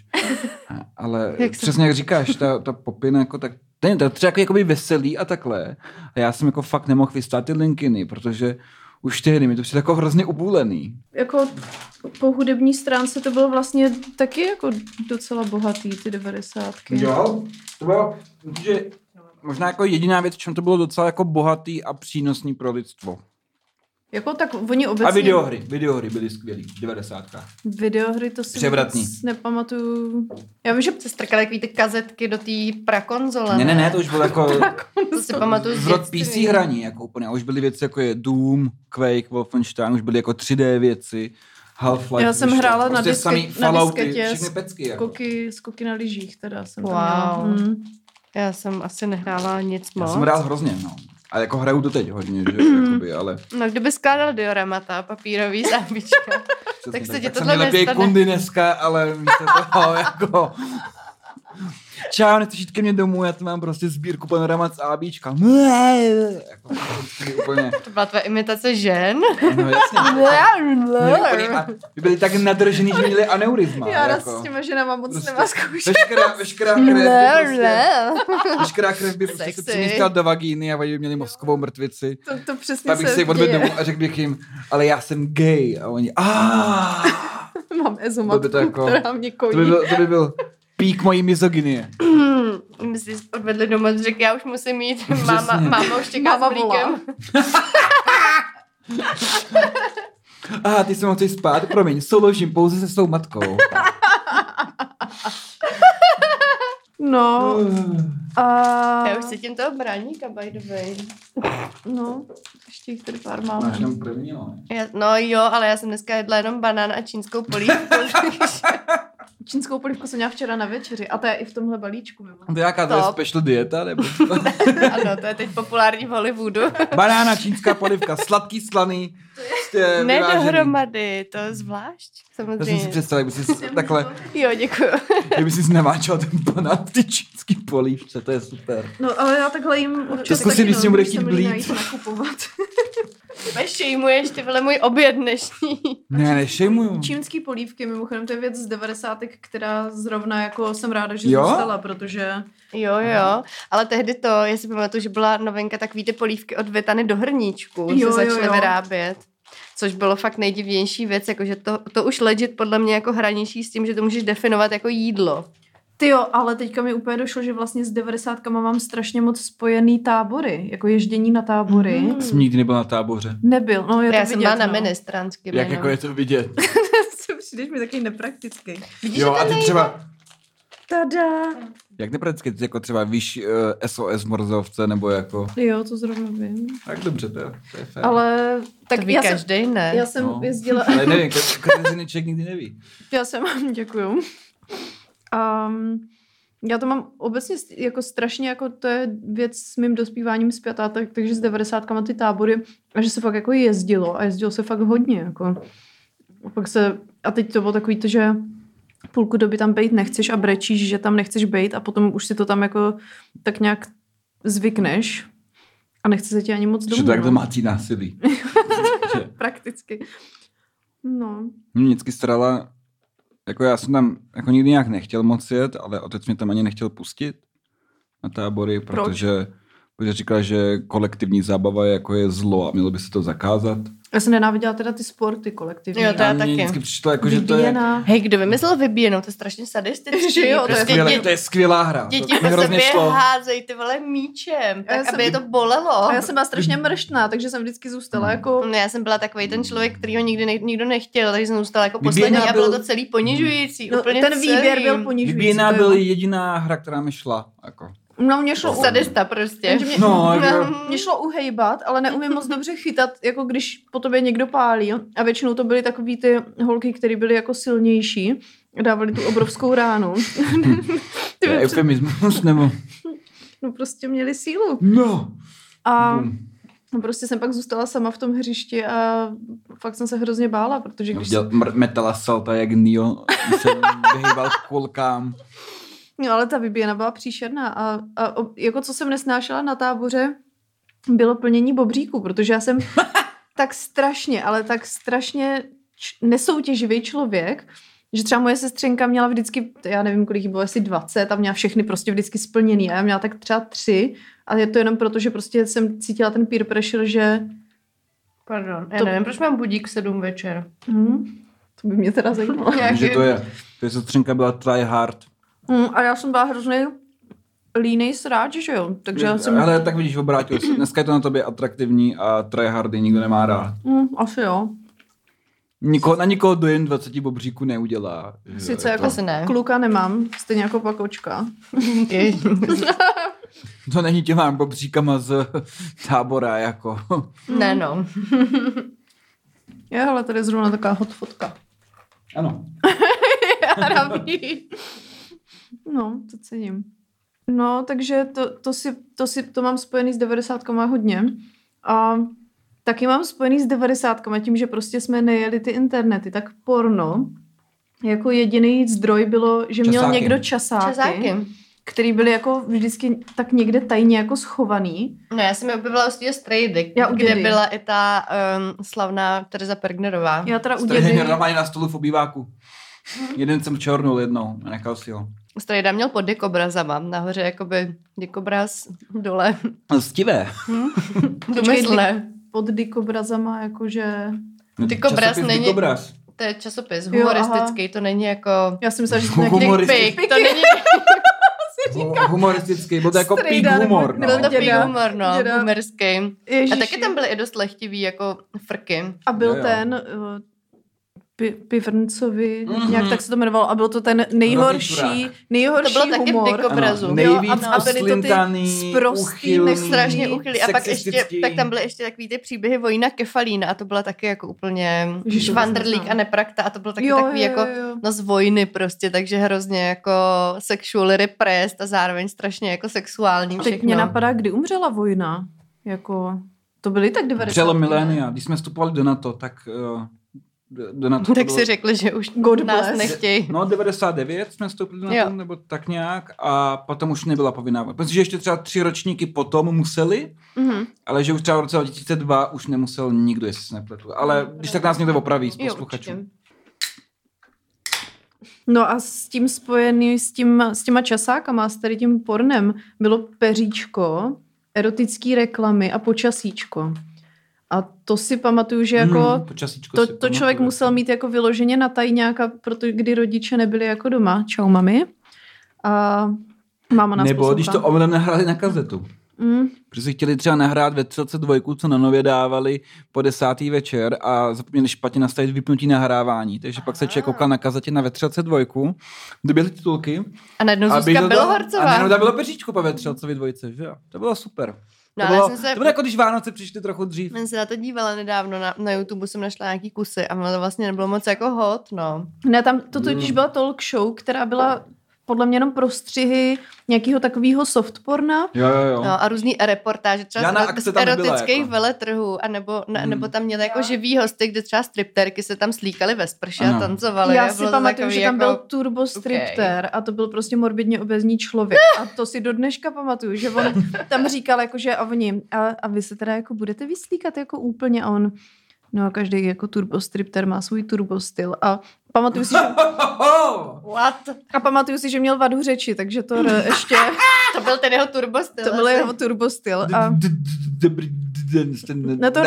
Ale Jak se- přesně jak říkáš, ta, ta popina jako tak, to je to třeba jako jakoby veselý a takhle. A já jsem jako fakt nemohl vystát ty linkiny, protože už tehdy mi to přijde jako hrozně ubůlený. Jako po hudební stránce to bylo vlastně taky jako docela bohatý, ty devadesátky. Jo, to bylo, že možná jako jediná věc, čem to bylo docela jako bohatý a přínosný pro lidstvo. Jako tak oni obecně... A videohry, videohry byly skvělý v devadesátkách. Videohry to si Převratný. vůbec nepamatuju. Já vím, že Se strkali takový ty kazetky do té prakonzole. Ne, ne, ne, to už bylo jako To si pamatuju z vzrod dětství. P C hraní, jako úplně. A už byly věci jako je Doom, Quake, Wolfenstein, už byly jako tři D věci, Half-Life. Já jsem vyšlo. hrála na Prostě diske- samý na Fallouty, disketě všechny pecky. Jako. skoky, skoky na lyžích teda jsem tam Wow. měla. Hmm. Já jsem asi nehrála nic Já moc. jsem hrál hrozně, no. A jako hraju to teď hodně, že? Jakoby, ale... No, kdyby skládal dioramata, papírový zábička. Tak se ti tak jsem tohle měl lepěj nestane. kundy dneska, ale místo toho jako... Čau, nechceš jít ke mně domů, já tu mám prostě sbírku panoramat z ABčka. Jako, prostě úplně... To byla tvoje imitace žen? No jasně. Měli úplně, a by byli tak nadržený, že měli aneurizma. Já jako. s těma ženama moc Prostě nemá zkoušet. Veškerá, veškerá krev by prostě, veškerá krev by prostě se Sexy. přemístila do vagíny a oni by měli mozkovou mrtvici. To, to přesně Pak bych se si jich odvedl děje. domů a řekl bych jim, ale já jsem gay. A oni, aaa. Mám ezomatku, To by to jako- která mě kojí. To by byl, to by byl pík mojí misogynie. My si odvedli domů a řekl, já už musím jít. Máma, Přesně. máma už čeká Máma s blíkem. Aha, ty se mohl chceš spát? Promiň, souložím pouze se svou matkou. No. A... Já už cítím toho bráníka, by the way. No, ještě jich tady pár Máš máme. tam první, ale. Já, no jo, ale já jsem dneska jedla jenom banán a čínskou polívku. takže- Čínskou polivku jsem měla včera na večeři a to je i v tomhle balíčku. Mimo. To je jaká to je Top. special dieta? Nebo? Ano, to je teď populární v Hollywoodu. Banána, čínská polivka, sladký, slaný. Prostě Ne vyvážený. dohromady, to je zvlášť, Já jsem si samozřejmě. představil, jak by si takhle, Jo, děkuju. jak by si namáčal ten banán v ty čínský polívce, to je super. No, ale já takhle jim občas zkusím, taky, když no, si bude když chtít jsem líná blít. jít nakupovat. Šejmuješ ty vole můj oběd dnešní. Ne, nešejmuju. Čínský polívky, mimochodem, to je věc z devadesátek, která zrovna jako jsem ráda, že Jo? zůstala, protože Jo, jo, ale tehdy to, já si pamatuju, že byla novinka takový ty polívky od Vitany do hrníčku, Jo, se jo, začaly jo. vyrábět. Což bylo fakt nejdivnější věc, jakože to, to už legit podle mě jako hranější s tím, že to můžeš definovat jako jídlo. ty jo, ale teďka mi úplně došlo, že vlastně s devadesátkama mám strašně moc spojený tábory, jako ježdění na tábory. Mhm. Jsem nikdy nebyl na táboře. Nebyl, no je to Já vidět, jsem byla na no. ministranském. Jak jako je to vidět? Přijdeš mi takový nepraktický. Jo, a ty třeba, Tada! jak neprakticky, ty jako třeba víš uh, S O S Morzovce, nebo jako, Jo, to zrovna vím. tak dobře, to je, to je fér. Ale Tak ví já jsem, každý, ne? já jsem No. jezdila... Ale nevím, Kateřiny člověk nikdy neví. Já jsem, děkuju. Um, já to mám obecně st- jako strašně, jako to je věc s mým dospíváním zpětá, tak, takže s devadesátkama ty tábory, a že se fakt jako jezdilo a jezdilo se fakt hodně, jako. A pak se, a teď to bylo takový to, že půlku doby tam bejt nechceš a brečíš, že tam nechceš bejt a potom už si to tam jako tak nějak zvykneš a nechce se ti ani moc domů. Že to jak no. domácí násilí. Že Prakticky. No. mě vždycky starala jako já jsem tam jako nikdy nějak nechtěl moc jet, ale otec mě tam ani nechtěl pustit na tábory, protože, protože říkal, že kolektivní zábava je, jako je zlo a mělo by se to zakázat. Já jsem nenáviděla teda ty sporty kolektivní. Jo, to já taky. Vždycky přišlo, jako, že to je... Hej, kdo vymyslel vybíjenou? To je strašně sadistický. Že jo, to je To je, skvělé, dě- to je skvělá hra. Děti To po mi hrozně sobě šlo. házej ty vole míčem, tak já aby jsem- je to bolelo. A já jsem byla strašně mrštná, takže jsem vždycky zůstala jako... No, já jsem byla takový ten člověk, který ho nikdy ne, nikdo nechtěl, takže jsem zůstala jako Vybíjená poslední a bylo byl- to celý ponižující. No, úplně ten celý. výběr byl ponižující. Vybíjená to jo. byla jediná hra, která mi šla. Jako. No, mě šlo, u... Sadista prostě. Jenže mě, No, mě, jako- mě šlo uhejbat, ale neumím moc dobře chytat, jako když po tobě někdo pálí. A většinou to byly takový ty holky, které byly jako silnější a dávali tu obrovskou ránu. To je eufemismus, nebo... No prostě měli sílu. No. A Bum. prostě jsem pak zůstala sama v tom hřišti a fakt jsem se hrozně bála, protože když Děl, mr- metala salta jak Neo, jsem vyhýbal kulkám. No, ale ta vybíjena byla příšerná a, a o- jako co jsem nesnášela na táboře, bylo plnění bobříků, protože já jsem tak strašně, ale tak strašně č- nesoutěživý člověk, že třeba moje sestřenka měla vždycky, já nevím, kolik jí bylo, asi dvacet a měla všechny prostě vždycky splněný a já měla tak třeba tři a je to jenom proto, že prostě jsem cítila ten peer pressure, že Pardon, já To- nevím, proč mám budík v sedm večer. hm, to by mě teda zajímalo. Že to je, to je sestřenka byla try hard. Hm, a já jsem byla hrozný línej sráč, že jo, takže já jsem... Ale tak vidíš, obrátil se. Dneska je to na tobě atraktivní a try hardy nikdo nemá rád. Hm, asi jo. Niko, na nikoho dojen dvacet bobříků neudělá. že Sice je jako to, Asi ne. kluka nemám, stejně jako pakočka. to není těma bobříkama z tábora, jako. Ne no. Je, ale tady je zrovna taková hot fotka. Ano. Hravý. No, to cením. No, takže to, to, si, to, si, to mám spojený s devadesátkama hodně. A taky mám spojený s devadesátkama tím, že prostě jsme nejeli ty internety, tak porno jako jediný zdroj bylo, že měl Časáky. někdo časáky, Časáky. který byly jako vždycky tak někde tajně jako schovaný. No já jsem je objevila u Steve Straydy, Já u kde dědy. byla i ta um, slavná Tereza Pergnerová. Já teda u Strejně dědy... normálně na stolu v obýváku. Jeden jsem čornul jednou a nechal si ho. Strayda měl pod dikobrazama, nahoře jakoby dikobraz, dole Stivé. domyslné. Pod dikobrazama, jakože... Dikobraz Časopis není- Dikobraz. To je časopis Jo, humoristický, to není jako Já si myslela, že to nějaký Humoristický. pik, to není Hu- Humoristický, byl to jako peak Strejda, nebo- humor. nebo byl to No. děda. pik humor, no, Děda. humorský. A Ježiši. taky tam byly i dost lehtivý jako frky. A byl Jo, jo. ten uh, pi, Pivrncovi, Mhm. mm-hmm. nějak tak se to jmenovalo, a byl to ten nejhorší, čurák. nejhorší To bylo taky v humor. dikobrazu. Ano, Jo, nejvíc a- a byly to ty oslintaný, sprostý, uchylný, nech- Strašně uchylý. A pak ještě, sexistický. tak tam byly ještě takový ty příběhy Vojna Kefalína a to byla taky jako úplně Ježiš, to švandrlík vůbec a neprakta a to bylo taky Jo, takový jo, jako jo, jo. no z vojny prostě, takže hrozně jako sexually repressed a zároveň strašně jako sexuální všechno. Teď mě napadá, kdy umřela vojna. Jako, to byly tak devadesátky. Přelom milénia. Když jsme vstupovali do NATO, tak uh, do NATO to Tak bylo- si řekli, že už God nás bless. nechtějí. No, devadesát devět jsme vstoupili do NATO, Jo. nebo tak nějak, a potom už nebyla povinná. Protože ještě třeba tři ročníky potom museli, Mhm. ale že už třeba v roce dva tisíce dva už nemusel nikdo, jestli se nepletu. Ale když tak nás někdo opraví z Jo, posluchačů. určitě. No a s tím spojený, s, tím, s těma časákama, s tady tím pornem, bylo peříčko, erotický reklamy a počasíčko. A to si pamatuju, že jako Hmm, počasíčko to, si to člověk pamatuju. musel mít jako vyloženě na tajňáka, protože kdy rodiče nebyli jako doma. Čau, mami. A máma nás Nebo poslouchá. když to omylem nahrali na kazetu. Mm, Protože si chtěli třeba nahrát ve třicet dva, co na nově dávali po desátý večer a zapomněli špatně nastavit vypnutí nahrávání. Takže pak se člověk koukal na kazetě na ve třicet dva, doběhly titulky. A najednou A Zuzka běžel to- A Bělohorcová. najednou tam bylo peříčko po ve třicet dvojce, že jo? To bylo super. No, to, ale bylo, jsem se- to bylo jako když Vánoce přišly trochu dřív. Jsem se na to dívala nedávno, na, na YouTube jsem našla nějaký kusy a ono to vlastně nebylo moc jako hot, no. ne, tam to totiž Mm. byla talk show, která byla podle mě jenom prostřihy nějakého takového softporna. Jo, jo, jo. No a různý reportáže, třeba Žádná z, akce z tam nebyla, erotických jako. veletrhů, a nebo, ne, Hmm. nebo tam měli jako živý hosty, kde třeba stripterky se tam slíkaly ve sprše Ano. a tancovaly. Já a si bylo to pamatuju, takový že tam jako... byl turbo stripter a to byl prostě morbidně obezní člověk. A to si do dneška pamatuju, že on tam říkal, jako, že a oni, a, a vy se teda jako budete vyslíkat jako úplně a on, No a každý jako turbostripter má svůj turbostyl a pamatuju si, že... What? A pamatuju si, že měl vadu řeči, takže to ještě... To byl ten jeho turbostyl. To byl jeho turbostyl a... No to,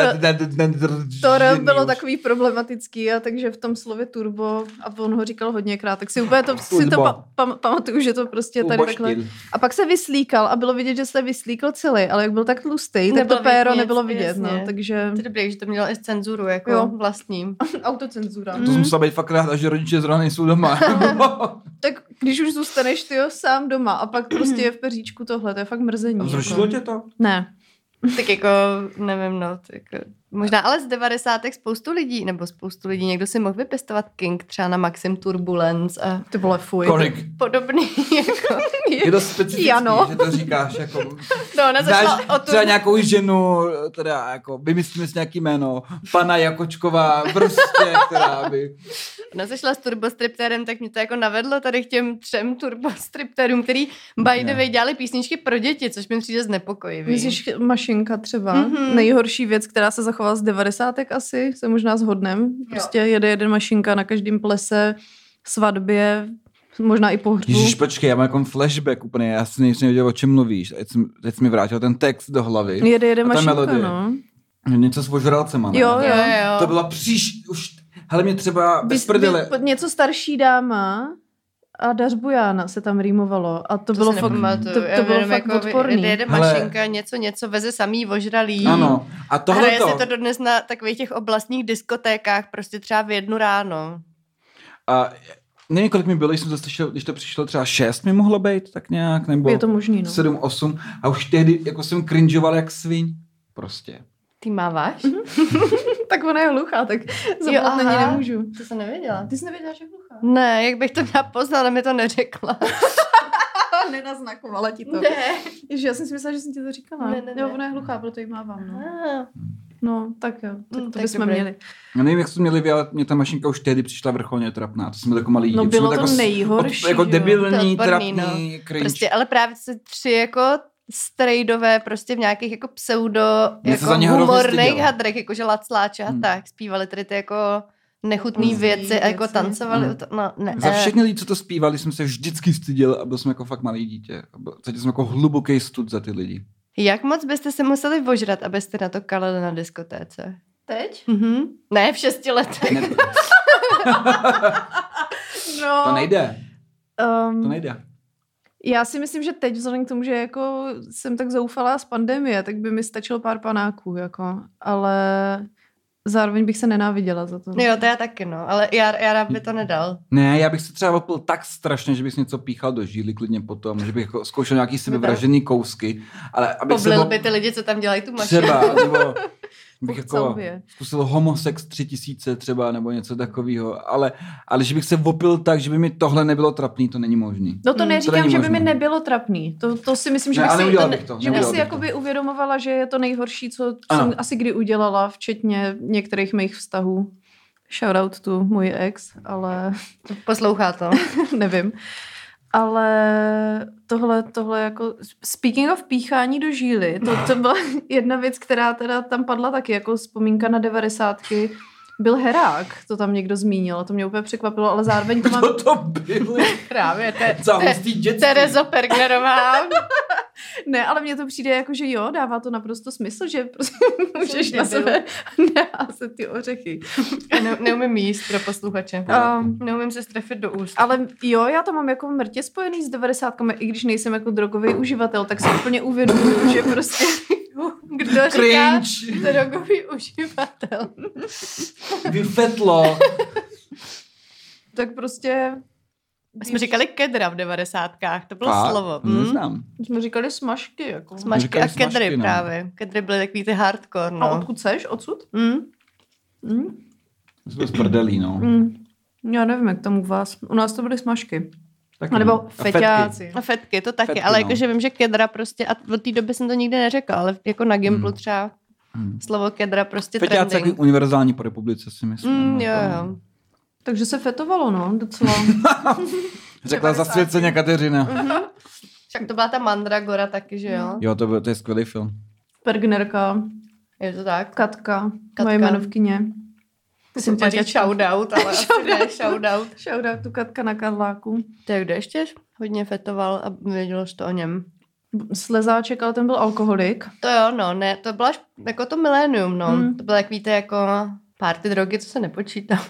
to bylo takový problematický a takže v tom slově turbo a on ho říkal hodněkrát, tak si úplně to, si to pa, pam, pamatuju, že to prostě tady takhle. A pak se vyslíkal a bylo vidět, že se vyslíkal celý, ale jak byl tak tlustý, tak to péro nebylo vidět, no, takže... To je dobrý, že to mělo i cenzuru, jako jo. Vlastní. Autocenzura. To mm. musela být fakt ráda, že rodiče zrovna nejsou doma. Tak když už zůstaneš tyjo sám doma a pak prostě je v peříčku tohle, to je fakt mrzení. A zrušilo jako. tě to? Ne. Tak jako, nevím, no, jako, možná, ale z devadesátek spoustu lidí, nebo spoustu lidí, někdo si mohl vypěstovat King třeba na Maxim Turbulence a to bylo fuj. Kolik? Podobný, jako. Je to specifický, Jano. že to říkáš, jako... No, nezašla o tu... třeba nějakou ženu, teda jako, vymyslíme si nějaký jméno, pana Jakočková, prostě, která by... Nezešla s turbostripterem, tak mě to jako navedlo tady k těm třem turbostripterům, který by the way dělali písničky pro děti, což mi přijde znepokojivý. Myslíš Mašinka třeba? Mm-hmm. Nejhorší věc, která se zachovala z devadesátek asi, se možná shodnem. Prostě jo. Jede jeden Mašinka na každém plese, svatbě, možná i pohřbu. Ježíš, počkej, já mám jako flashback úplně, já si nejsem nevěděl, o čem mluvíš. Teď jsi, teď jsi mi vrátil ten text do hlavy. Jede jeden Mašinka, melodie. No. Něco s ožralcema, ne? Jo, jo, jo. To byla příš... Už... Hele, mě třeba bez prdele... Vy, něco starší dáma a Dař Bujana se tam rýmovalo a to, to bylo fakt, to, to bylo fakt jako odporný. Jede Mašinka, něco, něco veze samý ožralý. Ano. A tohle hraje to... si to dodnes na takových těch oblastních diskotékách, prostě třeba v jednu ráno. A nevím, kolik mi bylo, když jsem to slyšel, když to přišlo třeba šest mi mohlo být, tak nějak, nebo je to možný, no. sedm, osm. A už tehdy jako jsem cringeoval jak sviň. Prostě. Ty máváš? Tak ona je hluchá, tak zaplat na ní nemůžu. To jsem nevěděla. Ty jsi nevěděla, že je hluchá? Ne, jak bych to měla poznat, ale mi to neřekla. Nenaznakovala ti to. Ne. Ježi, já jsem si myslela, že jsem ti to říkala. Ne, ne, ne. Jo, ona je hluchá, proto jí mávám, no. Ah. No, tak jo, tak Mm, to tak bychom dobrý. měli. Já nevím, jak jste měli vy, ale mě ta Mašinka už tehdy přišla vrcholně trapná. To jsme byli jako malí No děti. bylo Jsme to jako, nejhorší, Jako jo. debilní, To odporný, trapný, no. cringe. Prostě, ale právě se tři jako strejdové, prostě v nějakých jako pseudo, Mě se jako za ně hrozně humorných stydělo. hadrech, jakože Lacláče a Hmm. tak, zpívali tady ty jako nechutné Zlý věci a jako věci. tancovali. Hmm. To, no, ne, Za eh. všechny lidi, co to zpívali, jsem se vždycky styděl a byl jsem jako fakt malý dítě. A byl- Cítil jsem jako hluboký stud za ty lidi. Jak moc byste se museli vožrat, abyste na to kalili na diskotéce? Teď? Mhm. Ne, v šesti letech. Ne, No. to nejde. Um, To nejde. Já si myslím, že teď, vzhledem k tomu, že jako jsem tak zoufalá z pandemie, tak by mi stačilo pár panáků, jako, ale zároveň bych se nenáviděla za to. Jo, to já taky, no, ale já, já by to nedal. Ne, já bych se třeba opil tak strašně, že bych si něco píchal do žíly klidně potom, že bych jako zkoušel nějaký sebevražený kousky, ale abych Poblil se... by ty lidi, co tam dělají tu mašinu. Třeba, nebo bych jako celbě. zkusil homosex tři tisíce třeba, nebo něco takového, ale, ale že bych se opil tak, že by mi tohle nebylo trapný, to není možný. No to Hmm, neříkám, to není že by možný. mi nebylo trapný. To, to si myslím, že Ne, bych a si, neudělal to, bych to, že bych neudělal si bych jakoby uvědomovala, že je to nejhorší, co Ano. jsem asi kdy udělala, včetně některých mých vztahů. Shoutout to můj ex, ale Poslouchá to. nevím. Ale tohle, tohle jako, speaking of píchání do žíly, to, to byla jedna věc, která teda tam padla taky, jako vzpomínka na devadesátky. Byl herák, to tam někdo zmínil, to mě úplně překvapilo, ale zároveň to mám... To to byly Právě, te, za te, hustý dětství. Terezo Pergnerová. Ne, ale mně to přijde jako, že jo, dává to naprosto smysl, že prostě můžeš Jsem na debil. sebe neházet ty ořechy. Ne, neumím jíst pro posluchače. Um, Neumím se strefit do úst. ale jo, já to mám jako mrtě spojený s devadesátkami, i když nejsem jako drogový uživatel, tak si úplně uvědomuji, že prostě Kdo říká Cringe. drogový uživatel? Vyfetlo. tak prostě... My jsme říkali kedra v devadesátkách, to bylo Fakt? slovo. Hm? Neznám. Jsme říkali smažky, jako. Smažky Říkali a kedry smažky, no. právě. Kedry byly takový ty hardcore, A no. odkud seš? Odsud? Hm? Mm. Jsme z prdelí, no. Mm. Já nevím, jak tam u vás. U nás to byly smažky. Taky, A nebo no. A feťáci. A fetky, to taky, Fetky, ale no. jakože vím, že kedra prostě, a od té doby jsem to nikdy neřekla, ale jako na Gimplu Hmm. třeba Hmm. slovo kedra prostě Feťáci takový trending. univerzální po republice, si myslím. Mm, no. jo, jo. Takže se fetovalo, no, docela. Řekla zasvěceně Kateřina. Však to byla ta Mandragora taky, že jo? Jo, to, byl, to je skvělý film. Pergnerka. Je to tak? Katka, Katka. moje jmenovkyně. Jsem chtěla říct shoutout, ale asi ne shoutout. Shoutout tu Katka na Karláku. Tak kdo ještě hodně fetoval a vědělo jsi to o něm? Slezáček, ale ten byl alkoholik. To jo, no, ne, to byla jako to milénium, no. Hmm. To bylo, jak víte, jako party drogy, co se nepočítá.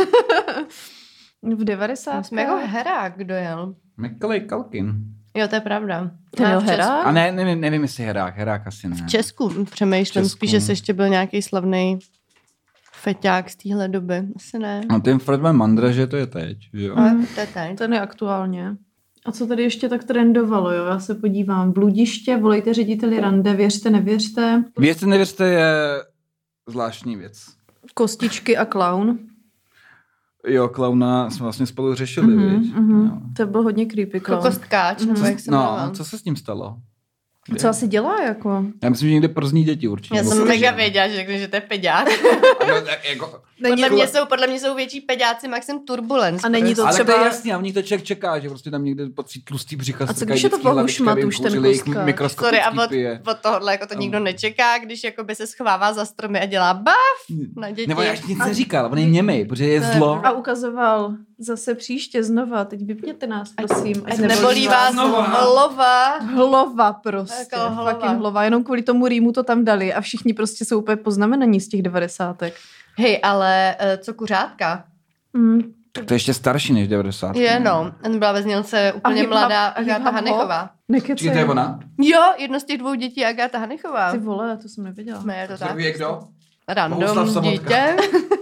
V devadesátkách. Jsme jako herák, kdo jel. Macaulay Culkin. Jo, to je pravda. Ten A jel v Česku- herák? A ne, nevím, nevím jestli herák, herák asi ne. V Česku přemýšlím, Česku. spíš, že jsi ještě byl nějaký slavný feťák z téhle doby. Asi ne. No ten Fredman Mandraže, to je teď, že jo? Ale to je teď. Ten je aktuálně. A co tady ještě tak trendovalo, jo? Já se podívám. Bludiště, volejte řediteli rande, věřte, nevěřte. Věřte, nevěřte je zvláštní věc. Kostičky a klaun. Jo, klauna jsme vlastně spolu řešili, Mhm, viď? mhm. Jo. To byl hodně creepy klaun. Kokostkáč, nebo jak se No, jmenoval. co se s tím stalo? Co asi dělá, jako? Já myslím, že někde prozní děti určitě. Já Nebo jsem se- mega věděla, že řekne, že to je peďák. Ano, tak jako... Podle mě, jsou, podle mě jsou větší peďáci Maxim Turbulence. A není to Ale třeba... to je jasný, a v nich to člověk čeká, že prostě tam někde potří tlustý břicha. A co strkají když je to dětský hlavičky, bohušmat aby už ten kouřili jejich kostka? Sorry, a mikroskopický od, pije. od tohohle jako to nikdo nečeká, když jakoby se schovává za stromy a dělá bav na děti. Nebo já ještě nic neříkal, on je němej, protože je zlo. A ukazoval zase příště znova. Teď vypněte nás, prosím. Ať nebolí vás Znova. hlava. Hlova prostě. Jako hlava. Fucking hlova. Jenom kvůli tomu rýmu to tam dali a všichni prostě jsou úplně poznamenaní z těch devadesátek. Hej, ale uh, co kuřátka? Mm. Tak to je ještě starší než devadesát. Je, no. Ten byla ve znělce úplně hip-hop- mladá a Agáta hip-hop Hanichová. Nekecej. Čili to je ona? Jo, jedno z těch dvou dětí je Agáta Hanichová. Ty vole, to jsem nevěděla. Ne, je to tak. Je kdo? Random Bohuslav Sobotka. dítě.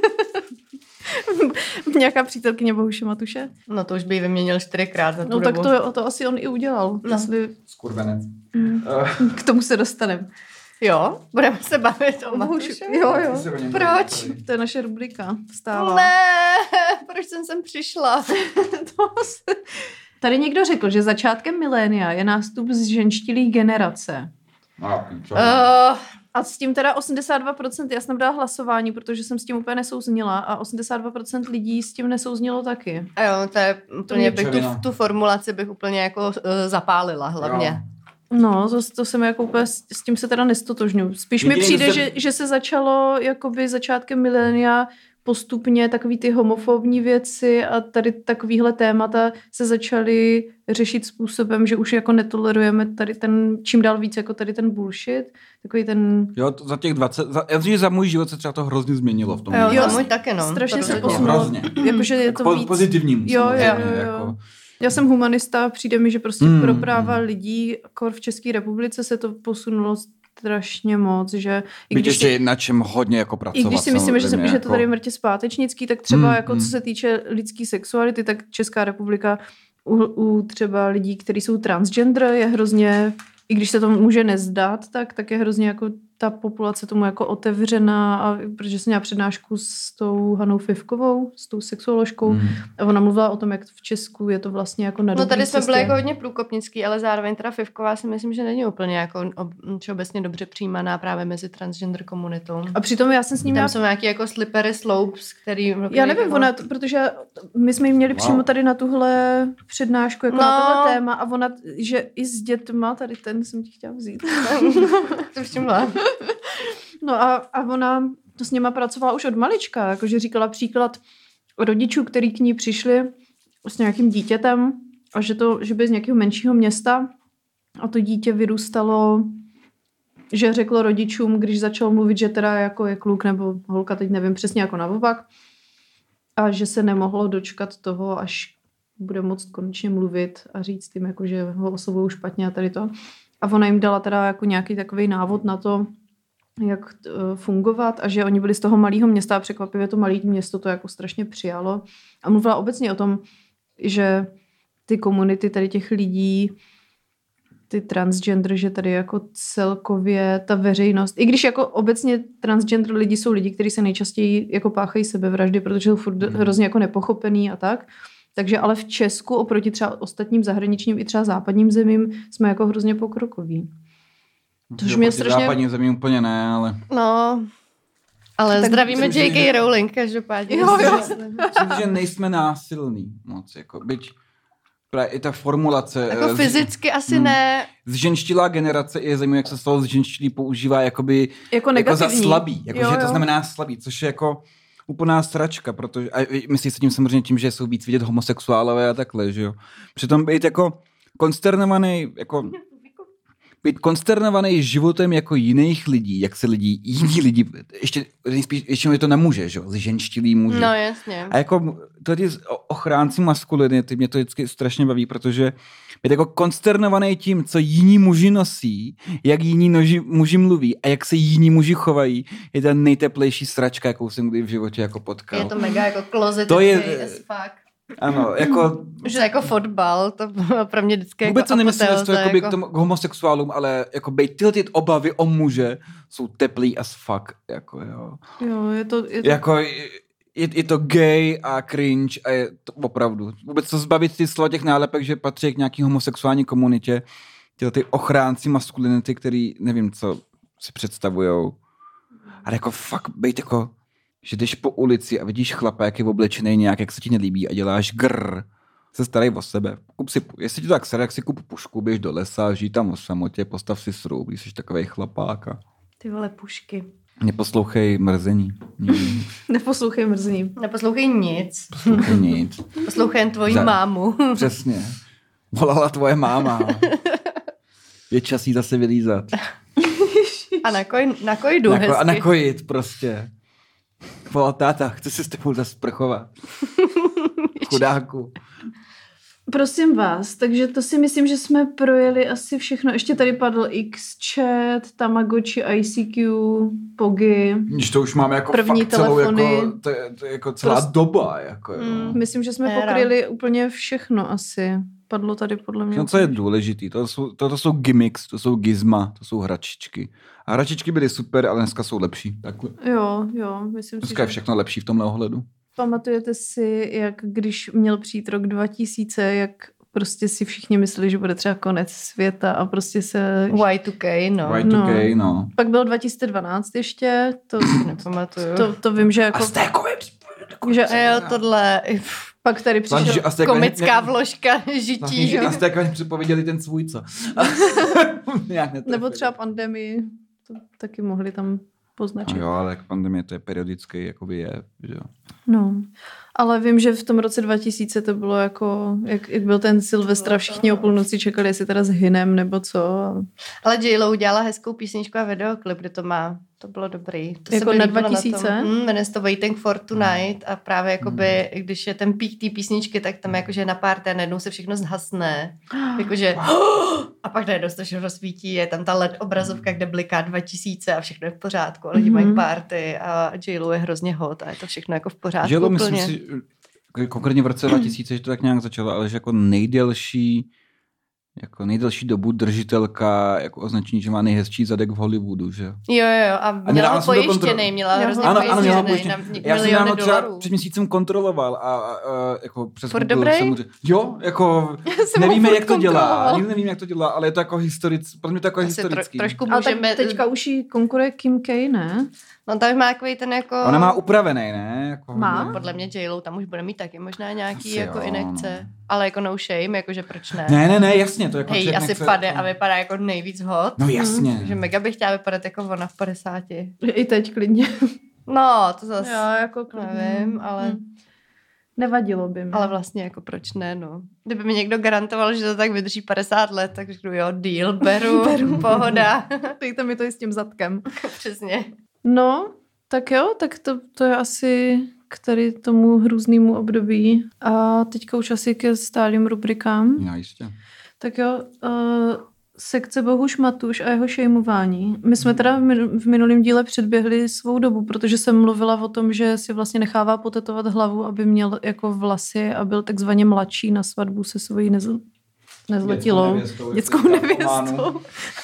Nějaká přítelkyně Bohuše Matuše? No to už by jí vyměnil čtyřikrát za tu No tak dobu. to, to asi on i udělal. No. Jestli Skurvenec. mm. Uh, k tomu se dostaneme. Jo, budeme se bavit o Matuše. Jo, jo. Proč? To je naše rubrika. Stála. Ne, proč jsem sem přišla? To se... Tady někdo řekl, že začátkem milénia je nástup z ženštilých generace. Uh, A s tím teda osmdesát dva procent, já jsem dala hlasování, protože jsem s tím úplně nesouznila a osmdesát dva procent lidí s tím nesouznilo taky. a jo, to je úplně, bych tu, Čovina. tu formulaci bych úplně jako uh, zapálila hlavně. Jo. No, to, to jsem jako úplně, s, s tím se teda nestotožňuji. Spíš mi Jediný, přijde, kdo že, se- že se začalo jakoby začátkem milénia postupně takový ty homofobní věci a tady takovýhle témata se začaly řešit způsobem, že už jako netolerujeme tady ten, čím dál víc jako tady ten bullshit, takový ten... Jo, to za těch dvacet, za, já myslím, že za můj život se třeba to hrozně změnilo v tom. Jo, Jo, za můj taky, no. strašně To se rozhodně. posunulo. Hrozně. Jakože je to po, víc... pozitivním. Jo, jo, samozřejmě, jo, jo. Jako, Já jsem humanista, přijde mi, že prostě Mm, pro práva mm. lidí, kor v České republice se to posunulo strašně moc, že i byť když, ještě si, je na čem hodně jako pracovat. i když si myslíme, že, se, samozřejmě, že to tady je mrtě zpátečnický, tak třeba Mm, jako mm. co se týče lidské sexuality, tak Česká republika u, u třeba lidí, kteří jsou transgender, je hrozně, i když se to může nezdát, tak, tak je hrozně jako ta populace tomu jako otevřená, a, protože jsem měla přednášku s tou Hanou Fivkovou, s tou sexuoložkou, Mm. a ona mluvila o tom, jak v Česku je to vlastně jako na No dobrý tady jsme cestě. byli jako hodně průkopnický, ale zároveň teda Fivková si myslím, že není úplně jako ob- všeobecně dobře přijímaná právě mezi transgender komunitou. A přitom já jsem s ním Tam měla... jsou nějaký jako slippery slopes, který... Já nevím, ona, t- protože my jsme ji měli Wow. přímo tady na tuhle přednášku, jako No. na tohle téma, a ona, že i s dětma, tady ten jsem ti chtěla vzít. to všimla. No a, a ona to s něma pracovala už od malička, jakože říkala příklad rodičů, který k ní přišli s nějakým dítětem a že, to, že by z nějakého menšího města a to dítě vyrůstalo, že řeklo rodičům, když začal mluvit, že teda jako je kluk nebo holka, teď nevím přesně jako naopak, a že se nemohlo dočkat toho, až bude moct konečně mluvit a říct jim, jako, že ho oslovují špatně a tady to. A ona jim dala teda jako nějaký takový návod na to, jak uh, fungovat, a že oni byli z toho malého města a překvapivě to malé město to jako strašně přijalo. A mluvila obecně o tom, že ty komunity tady těch lidí, ty transgender, že tady jako celkově ta veřejnost, i když jako obecně transgender lidi jsou lidi, kteří se nejčastěji jako páchají sebevraždy, protože jsou furt hrozně jako nepochopený a tak. Takže ale v Česku oproti třeba ostatním zahraničním i třeba západním zemím jsme jako hrozně pokrokoví. Což mě strašně... Západní zemí úplně ne, ale... No, ale Tak zdravíme myslím, J K. že- Rowling každopádně. Jo, jo. Myslím, že nejsme násilný moc, jako, byť, právě i ta formulace. Jako z, fyzicky asi hmm, ne. Zženštilá generace je zajímavé, jak se slovo zženštilý používá jakoby Jako jako za negativní. slabý. Jako, Jo, že to jo. znamená slabý, což je jako úplná sračka, protože, a myslí se tím samozřejmě tím, že jsou víc vidět homosexuálové a takhle, že jo. Přitom být jako konsternovaný, jako být konsternovaný životem jako jiných lidí, jak se lidi, jiní lidi, ještě spíš, ještě to nemůže, že jo, ženštilí muži. No jasně. A jako tady ochránci maskulinity, mě to vždycky strašně baví, protože je jako konsternovaný tím, co jiní muži nosí, jak jiní noži, muži mluví a jak se jiní muži chovají, je ta nejteplejší sračka, jakou jsem kdy v životě jako potkal. Je to mega jako closet To je- gay as fuck. Ano, jako... Že jako fotbal, to bylo pro mě vždycky Vůbec jako to nemyslím apoteóza, to jako jako... k, tomu, k homosexuálům, ale jako bej tyhle ty obavy o muže jsou teplý as fuck, jako jo. Jo, je to... Je to... Jako je, je to gay a cringe a je to opravdu. Vůbec to zbavit ty slova těch nálepek, že patří k nějaký homosexuální komunitě, tyhle ty ochránci maskulinity, který nevím, co si představujou. Ale jako fakt bejt jako, že jdeš po ulici a vidíš chlapa, jak je oblečený nějak, jak se ti nelíbí a děláš grrr. Se starej o sebe. Kup si, jestli ti to tak sere, jak si kup pušku, běž do lesa, žij tam o samotě, postav si srub, když jsi takovej chlapák a Ty vole pušky. neposlouchej mrzení. Hmm. Neposlouchej mrzení. Neposlouchej nic. Poslouchej nic. Poslouchej jen tvoji Za- mámu. Přesně. Volala tvoje máma. Je čas jí zase vylízat. A na, koj, na kojdu Nako, hezky. a nakojit prostě. Volal táta, chci se s tebou zasprchovat. Chudáku. Prosím vás, takže to si myslím, že jsme projeli asi všechno. Ještě tady padl X-Chat, Tamagotchi, I C Q, Pogy. Když to už máme jako První fakt celou, telefony. jako, to, je, to je jako celá Prost- doba. Jako, jo. Mm. Myslím, že jsme Éra. pokryli úplně všechno asi. Padlo tady podle mě. No, co je důležitý, to jsou, to, to jsou gimmicks, to jsou gizma, to jsou hračičky. A hračičky byly super, ale dneska jsou lepší. Takhle. Jo, jo, myslím si, Dneska je že... všechno lepší v tomhle ohledu. Pamatujete si, jak když měl přijít rok dva tisíce, jak prostě si všichni mysleli, že bude třeba konec světa a prostě se... Y two K, no. Y two K, no. Pak bylo dva tisíce dvanáct ještě, to, Nepamatuju. to, to vím, že jako... Aztékové. Že, A jo, tohle pak tady Zvlášť, že přišel... Aztékové- komická vložka Vlastně, žití. že Aztékové předpověděli ten svůj, co? Nějak netrefili. Nebo třeba pandemii, to taky mohli tam poznačit. No jo, ale jak pandemie to je periodický, jakoby je, že jo. No, ale vím, že v tom roce dva tisíce to bylo jako, jak, jak byl ten Silvestr a všichni o půlnoci čekali, jestli teda zhynem nebo co. Ale J-Lo udělala hezkou písničku a videoklip, kde to má. To bylo dobrý. To Jako se mi na líbilo dva tisíce? tom. Mm, jmenuje se to Waiting for Tonight a právě jakoby, když je ten pík té písničky, tak tam jakože na pár té najednou se všechno zhasne. Jakože a pak najednou se to všechno rozsvítí, je tam ta L E D obrazovka, kde bliká dva tisíce a všechno je v pořádku. A lidi Mhm. mají party a J-Lo je hrozně hot a je to všechno jako v pořádku. Že myslím úplně. si, konkrétně v roce dva tisíce, že to tak nějak začalo, ale že jako nejdelší jako nejdelší dobu držitelka jako označení, že má nejhezčí zadek v Hollywoodu, že? Jo, jo, jo. A nedávno měla ho jsem to kontro- pojištěnej, měla Jo. hrozně Ano, ano, měla pojištěnej pojištěný. na Já jsem miliony dávno třeba dolarů. před měsícem kontroloval a, a, a jako přes Furt Google dobrý? jsem mu řekl, jo, jako jsem ho nevíme, furt jak to dělá, kontroloval. nikdy nevím, jak to dělá, ale je to jako historický, pro mě to jako Asi historický. tro, trošku Ale tak můžeme... teďka už jí konkuruje Kim K, ne? No tam má takový ten jako... Ona má upravený, ne? Jako, Má? ne? Podle mě J-Lo tam už bude mít taky možná nějaký Asi jako jo, injekce. no. Ale jako no shame, jakože proč ne? Ne, ne, ne, jasně, to jako Hej, člověk asi nechce- pade a vypadá jako nejvíc hot. No jasně. Takže mega bych chtěla vypadat jako ona v padesáti. I teď klidně. No, to zase Já jako klidně. nevím, ale, Hm. Nevadilo by mi. ale vlastně jako proč ne, no. Kdyby mi někdo garantoval, že to tak vydrží padesát let, tak řeknu jo, deal, beru, beru. Pohoda. Dejte mi to i s tím zadkem. Přesně. No, tak jo, tak to, to je asi k tady tomu hrůznému období. A teďka už asi ke stálým rubrikám. Já jistě. Tak jo, uh, sekce Bohuš Matuš a jeho šejmování. My jsme teda v min- v minulém díle předběhli svou dobu, protože jsem mluvila o tom, že si vlastně nechává potetovat hlavu, aby měl jako vlasy a byl takzvaně mladší na svatbu se svojí nez- nezletilou dětskou nevěstou.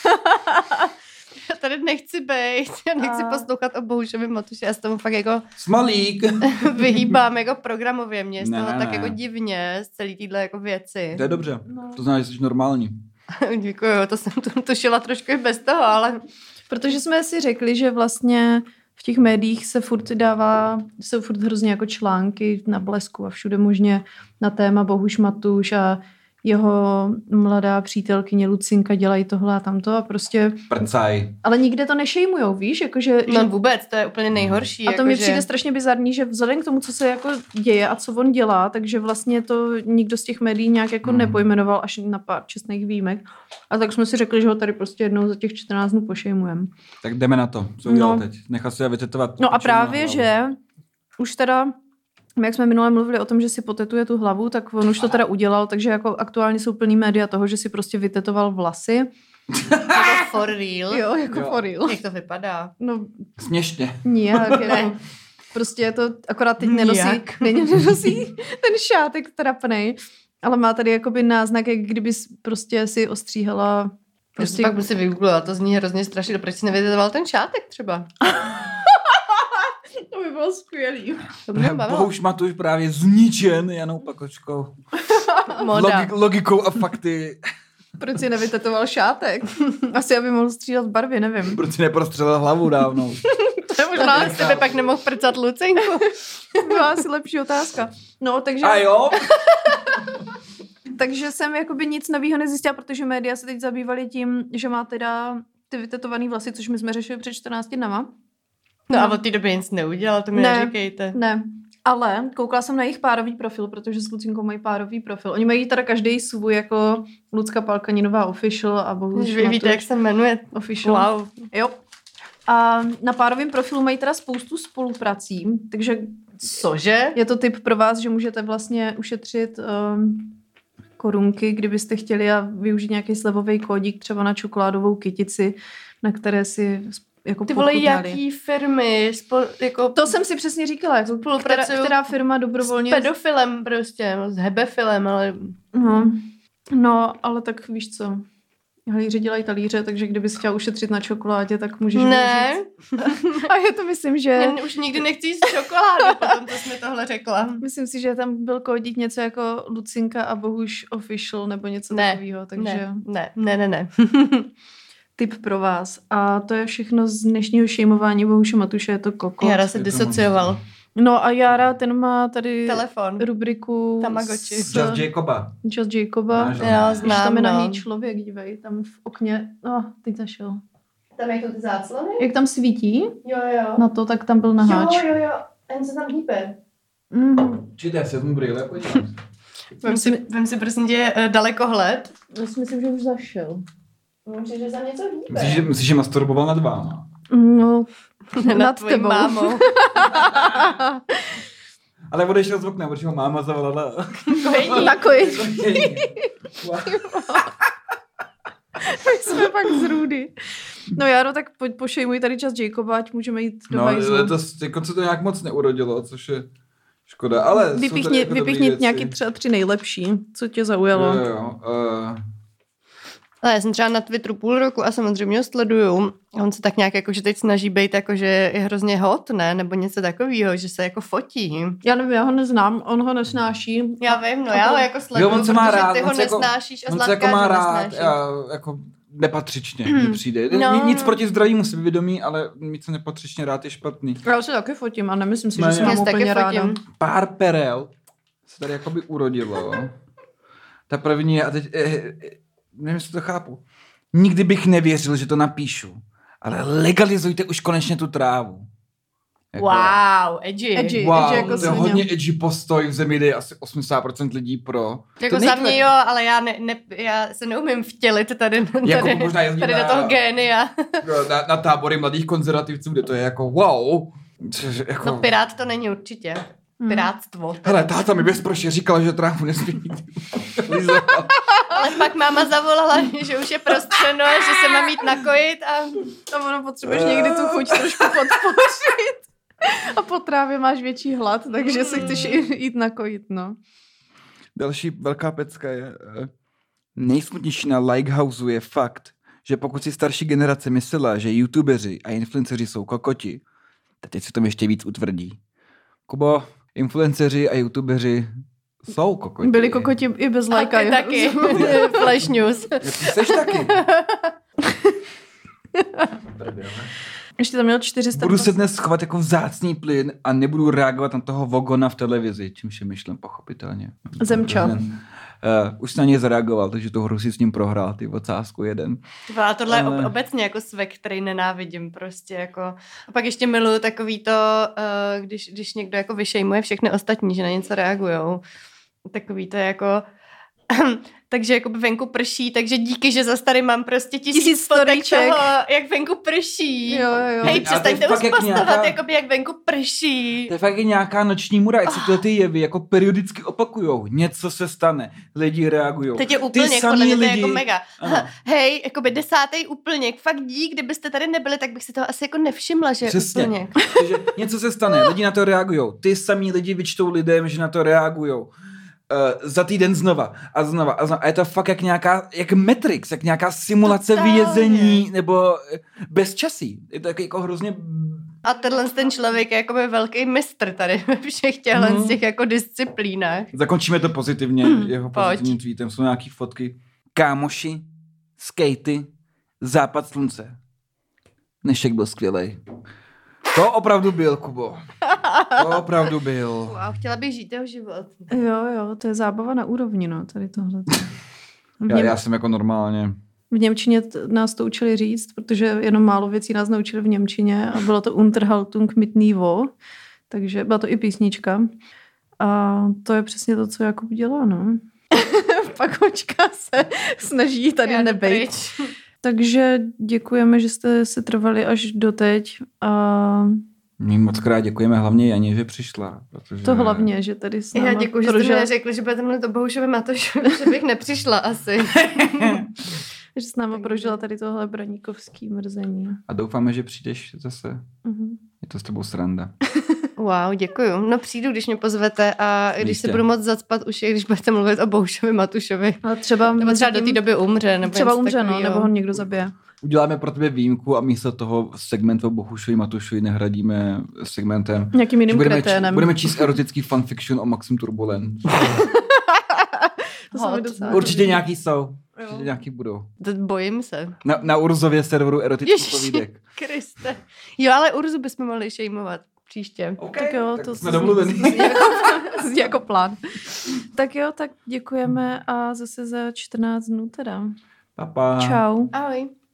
Já tady nechci bejt, já nechci A- poslouchat o Bohušovi Matuši, já se tomu fakt jako Smalík. vyhýbám jako programově, mě z Ne, toho ne, tak ne. jako divně, z celý týhle jako věci. To je dobře. No. To znamená, že jsi normální. Děkuju, to jsem tu tušila trošku i bez toho, ale Protože jsme si řekli, že vlastně v těch médiích se furt dává, jsou furt hrozně jako články na Blesku a všude možně na téma Bohuš Matuš a jeho mladá přítelkyně Lucinka dělají tohle a tamto a prostě... Prcaj. Ale nikde to nešejmujou, víš? Jakože, No vůbec, to je úplně nejhorší. a to jako mi že... přijde strašně bizarní, že vzhledem k tomu, co se jako děje a co on dělá, takže vlastně to nikdo z těch médií nějak jako Hmm. nepojmenoval až na pár čestných výjimek. A tak jsme si řekli, že ho tady prostě jednou za těch čtrnáct dnů pošejmujeme. Tak jdeme na to. Co udělal No. teď? Nechal si vytetovat. No a pičovinu na právě, hlavu. že už teda, jak jsme minule mluvili o tom, že si potetuje tu hlavu, tak on už to teda udělal, takže jako aktuálně jsou plný média toho, že si prostě vytetoval vlasy. Jako for real. Jo, jako Jo. for real. Jak to vypadá? No Směšně. nijak, Ne. jako, prostě je to, akorát teď nenosí, Nijak. není, nenosí ten šátek trapnej, ale má tady jakoby náznak, jak kdyby prostě si ostříhala Prostě prostě... pak musím vygooglovat, to zní hrozně strašně. Proč si nevytetoval ten šátek třeba? To by bylo skvělý. To by mě bavilo. Bohuž Matuš právě zničen Janou Pakočkou. Moda. Logi- logikou a fakty. Proč si nevytetoval šátek? Asi, aby mohl střídat v barvě, nevím. Proč si neprostřelil hlavu dávno? To je možná Jestli by pak nemohl prcat Lucenku. byla asi lepší otázka. No, takže... A jo? Takže jsem jakoby nic nového nezjistila, protože média se teď zabývaly tím, že má teda ty vytetovaný vlasy, což my jsme řešili před čtrnácti dnama. No a od té doby nic neudělal, to mi Ne. neříkejte. Ne, ale koukala jsem na jejich párový profil, protože s Lucinkou mají párový profil. Oni mají teda každý svůj jako Lucka Palkaninová official a Bohuž Už vy víte, jak se jmenuje. official. Wow. Jo. A na párovém profilu mají teda spoustu spoluprací, takže Cože? je to tip pro vás, že můžete vlastně ušetřit um, korunky, kdybyste chtěli a využít nějaký slevový kódík třeba na čokoládovou kytici, na které si jako Ty vole, pochutnali. jaký firmy, spol, jako To jsem si přesně říkala, jako která, Spolupracuju která firma s dobrovolně... pedofilem prostě, no, s hebefilem, ale No, no, ale tak víš co, halíři dělají talíře, takže kdyby si chtěla ušetřit na čokoládě, tak můžeš ne, využít. A já to myslím, že... já už nikdy nechci jíst čokoládu, potom co jsi mi tohle řekla. Myslím si, že tam byl kódík něco jako Lucinka a Bohuž official nebo něco Ne, takového, takže Ne, ne, ne, ne, ne. tip pro vás. A to je všechno z dnešního šejmování Bohuše Matuše, je to kokot. Jara se Je to disocioval. No a Jára, ten má tady Telefon. rubriku Tamagotchi. s Just Jacoba. Just Jacoba. Náš Jo, Když tam znám, je no. nahý člověk, dívej, tam v okně, no, teď zašel. Tam jako ty záclony? Jak tam svítí Jo, jo. na to, tak tam byl naháč. Jo, jo, jo. Jen se tam hýbe. Mhm. Číte, se mu brýle, podívám. Vem si, vem si prosím tě uh, dalekohled. Já si myslím, že už zašel. Může, že za něco hýbe. Myslíš, že, myslíš, že masturboval nad váma? No, Nad nad tvojí tebou. mámou. Ale odešel z okna, protože ho máma zavolala. Kojení. Na kojení. Wow. My jsme pak z Rudy. No Jaro, tak po, pošejmuj tady čas Jacoba, ať můžeme jít do No, hajzlu. letos jako se to nějak moc neurodilo, což je škoda, ale jsou tady Vypíchni, jako dobrý vypíchni věci. nějaký třeba tři nejlepší, co tě zaujalo. Jo, jo. Uh, Ale já jsem třeba na Twitteru půl roku a samozřejmě ho sleduju. On se tak nějak jako, že teď snaží být jako, že je hrozně hot, ne? Nebo něco takového, že se jako fotí. Já nevím, já ho neznám, on ho nesnáší. Já vím, no já ho jako sleduju, jo, on se má protože rád, ty on ho se jako, nesnášíš a on se Zlatka, jako má že rád, nesnáší. já, jako nepatřičně mi přijde. No, No, Nic no. proti zdravímu sebevědomí, ale mít se nepatřičně rád je špatný. Já se taky fotím a nemyslím si, Ne, že se já mám se taky úplně ráda. fotím. Pár perel se tady jakoby urodilo. Ta první je, a teď, eh, eh, nevím, jestli to chápu. Nikdy bych nevěřil, že to napíšu, ale legalizujte už konečně tu trávu. Jako, Wow, edgy. Edgy. Wow, Edgy jako to je svině. hodně edgy postoj v zemi, kde je asi osmdesát procent lidí pro. Jako To za nejkle- mě jo, ale já, ne, ne, já se neumím vtělit tady, tady, Jako možná jezdí tady na- do toho génia. na, na tábory mladých konzervativců, kde to je jako wow. Což jako, No pirát to není určitě. Pirátstvo. hele, táta mi bezproště říkala, že trávu nesmí nikdy lizovat. Ale pak máma zavolala, že už je prostřeno, že se mám jít nakojit a... A ono potřebuješ někdy tu chuť trošku podpořit. A po trávě máš větší hlad, takže se chceš i- jít nakojit, no. Další velká pecka je, eh, nejsmutnější na Likehouseu je fakt, že pokud si starší generace myslela, že youtubeři a influenceři jsou kokoti, tak teď se to ještě víc utvrdí. Kubo, influenceři a youtubeři jsou kokoti. Byli kokoti i bez A lajka. ty jo. taky. Flash news. Ja, ty seš taky. Ještě tam měl čtyři sta. Budu se dnes chovat jako vzácný plyn a nebudu reagovat na toho Vogona v televizi, čímž je myšlen pochopitelně. Zemča. už na něj zareagoval, takže tu hru si s ním prohrál, ty ocásku jeden. A tohle je Ale... ob- obecně jako svek, který nenávidím prostě jako. A pak ještě miluju takový to, uh, když, když někdo jako vyšejmuje všechny ostatní, že na něco reagujou. Takový to jako... takže jako venku prší, takže díky, že zas tady mám prostě tisíc, Tisíc fotek storíček. toho, jak venku prší. Jo, jo. Hej, A to je přestaňte fakt už jak postovat, nějaká- jakoby, jak venku prší. To je fakt nějaká noční můra, jak se tyhle ty jevy jako periodicky opakujou. Něco se stane, lidi reagujou. Teď je úplněk, podle mě to je jako mega. Ano. Hej, jakoby desátý úplněk, fakt dík, kdybyste tady nebyli, tak bych si toho asi jako nevšimla, že je Přesně. úplněk. Takže něco se stane, lidi na to reagujou. Ty samý lidi vyčtou lidem, že na to reagujou. Uh, za týden znova a znova a znova. A je to fakt jak nějaká, jak Matrix, jak nějaká simulace Totálně. vyjezení, nebo bezčasí. Je to jako, jako hrozně... A tenhle ten člověk je jakoby velký mistr tady ve všech těchhle Mhm. z těch jako disciplínách. Zakončíme to pozitivně, jeho Pojď. pozitivním tweetem. Jsou nějaký fotky. Kámoši, skatey, západ slunce. Dnešek byl skvělej. To opravdu byl, Kubo. To opravdu byl. Wow, chtěla bych žít jeho život. Jo, jo, to je zábava na úrovni, no, tady tohle. V, Já, něm, já jsem jako normálně... v Němčině t- nás to učili říct, protože jenom málo věcí nás naučili v Němčině a bylo to Unterhaltung mit Niveau, takže byla to i písnička. A to je přesně to, co Jakub dělá, no. Pakočka se snaží tady Já jdu nebejt. pryč. Takže děkujeme, že jste se trvali až doteď a My moc krát děkujeme hlavně Janě, že přišla. Protože... to hlavně, že tady s náma Já děkuji, že jste mi prožila- neřekli, že budete mluvit o Bohušovi Matošovi, že bych nepřišla asi. že s náma prožila tady tohle braníkovský mrzení. A doufáme, že přijdeš zase. Mhm. Je to s tebou sranda. Wow, děkuju. No přijdu, když mě pozvete a když Jistě. se budu moc zacpat už, když budete mluvit o Bohušovi Matušovi. Ale třeba, Nebo třeba do mezi té tím- doby umře. Nebo třeba něco umře, no, takovýho. nebo ho někdo zabije. Uděláme pro tebe výjimku a místo toho segment o Bohušovi Matušovi nahradíme segmentem. Nějakým že jiným budeme, kreténem. č- budeme číst erotický fanfiction o Maxim Turbulent. To se mi Hot. docela Určitě líbí. nějaký jsou. Jo. Určitě nějaký budou. To bojím se. Na, na Urzově serveru erotických Ježiši. povídek. Kriste. Jo, ale Urzu bychom mohli šejmovat příště. Okay, Tak jo, tak to jsme zní- domluveni. zní jako, zní jako plán. Tak jo, tak děkujeme a zase za čtrnáct dnů teda. Pa, pa. Čau. Ahoj.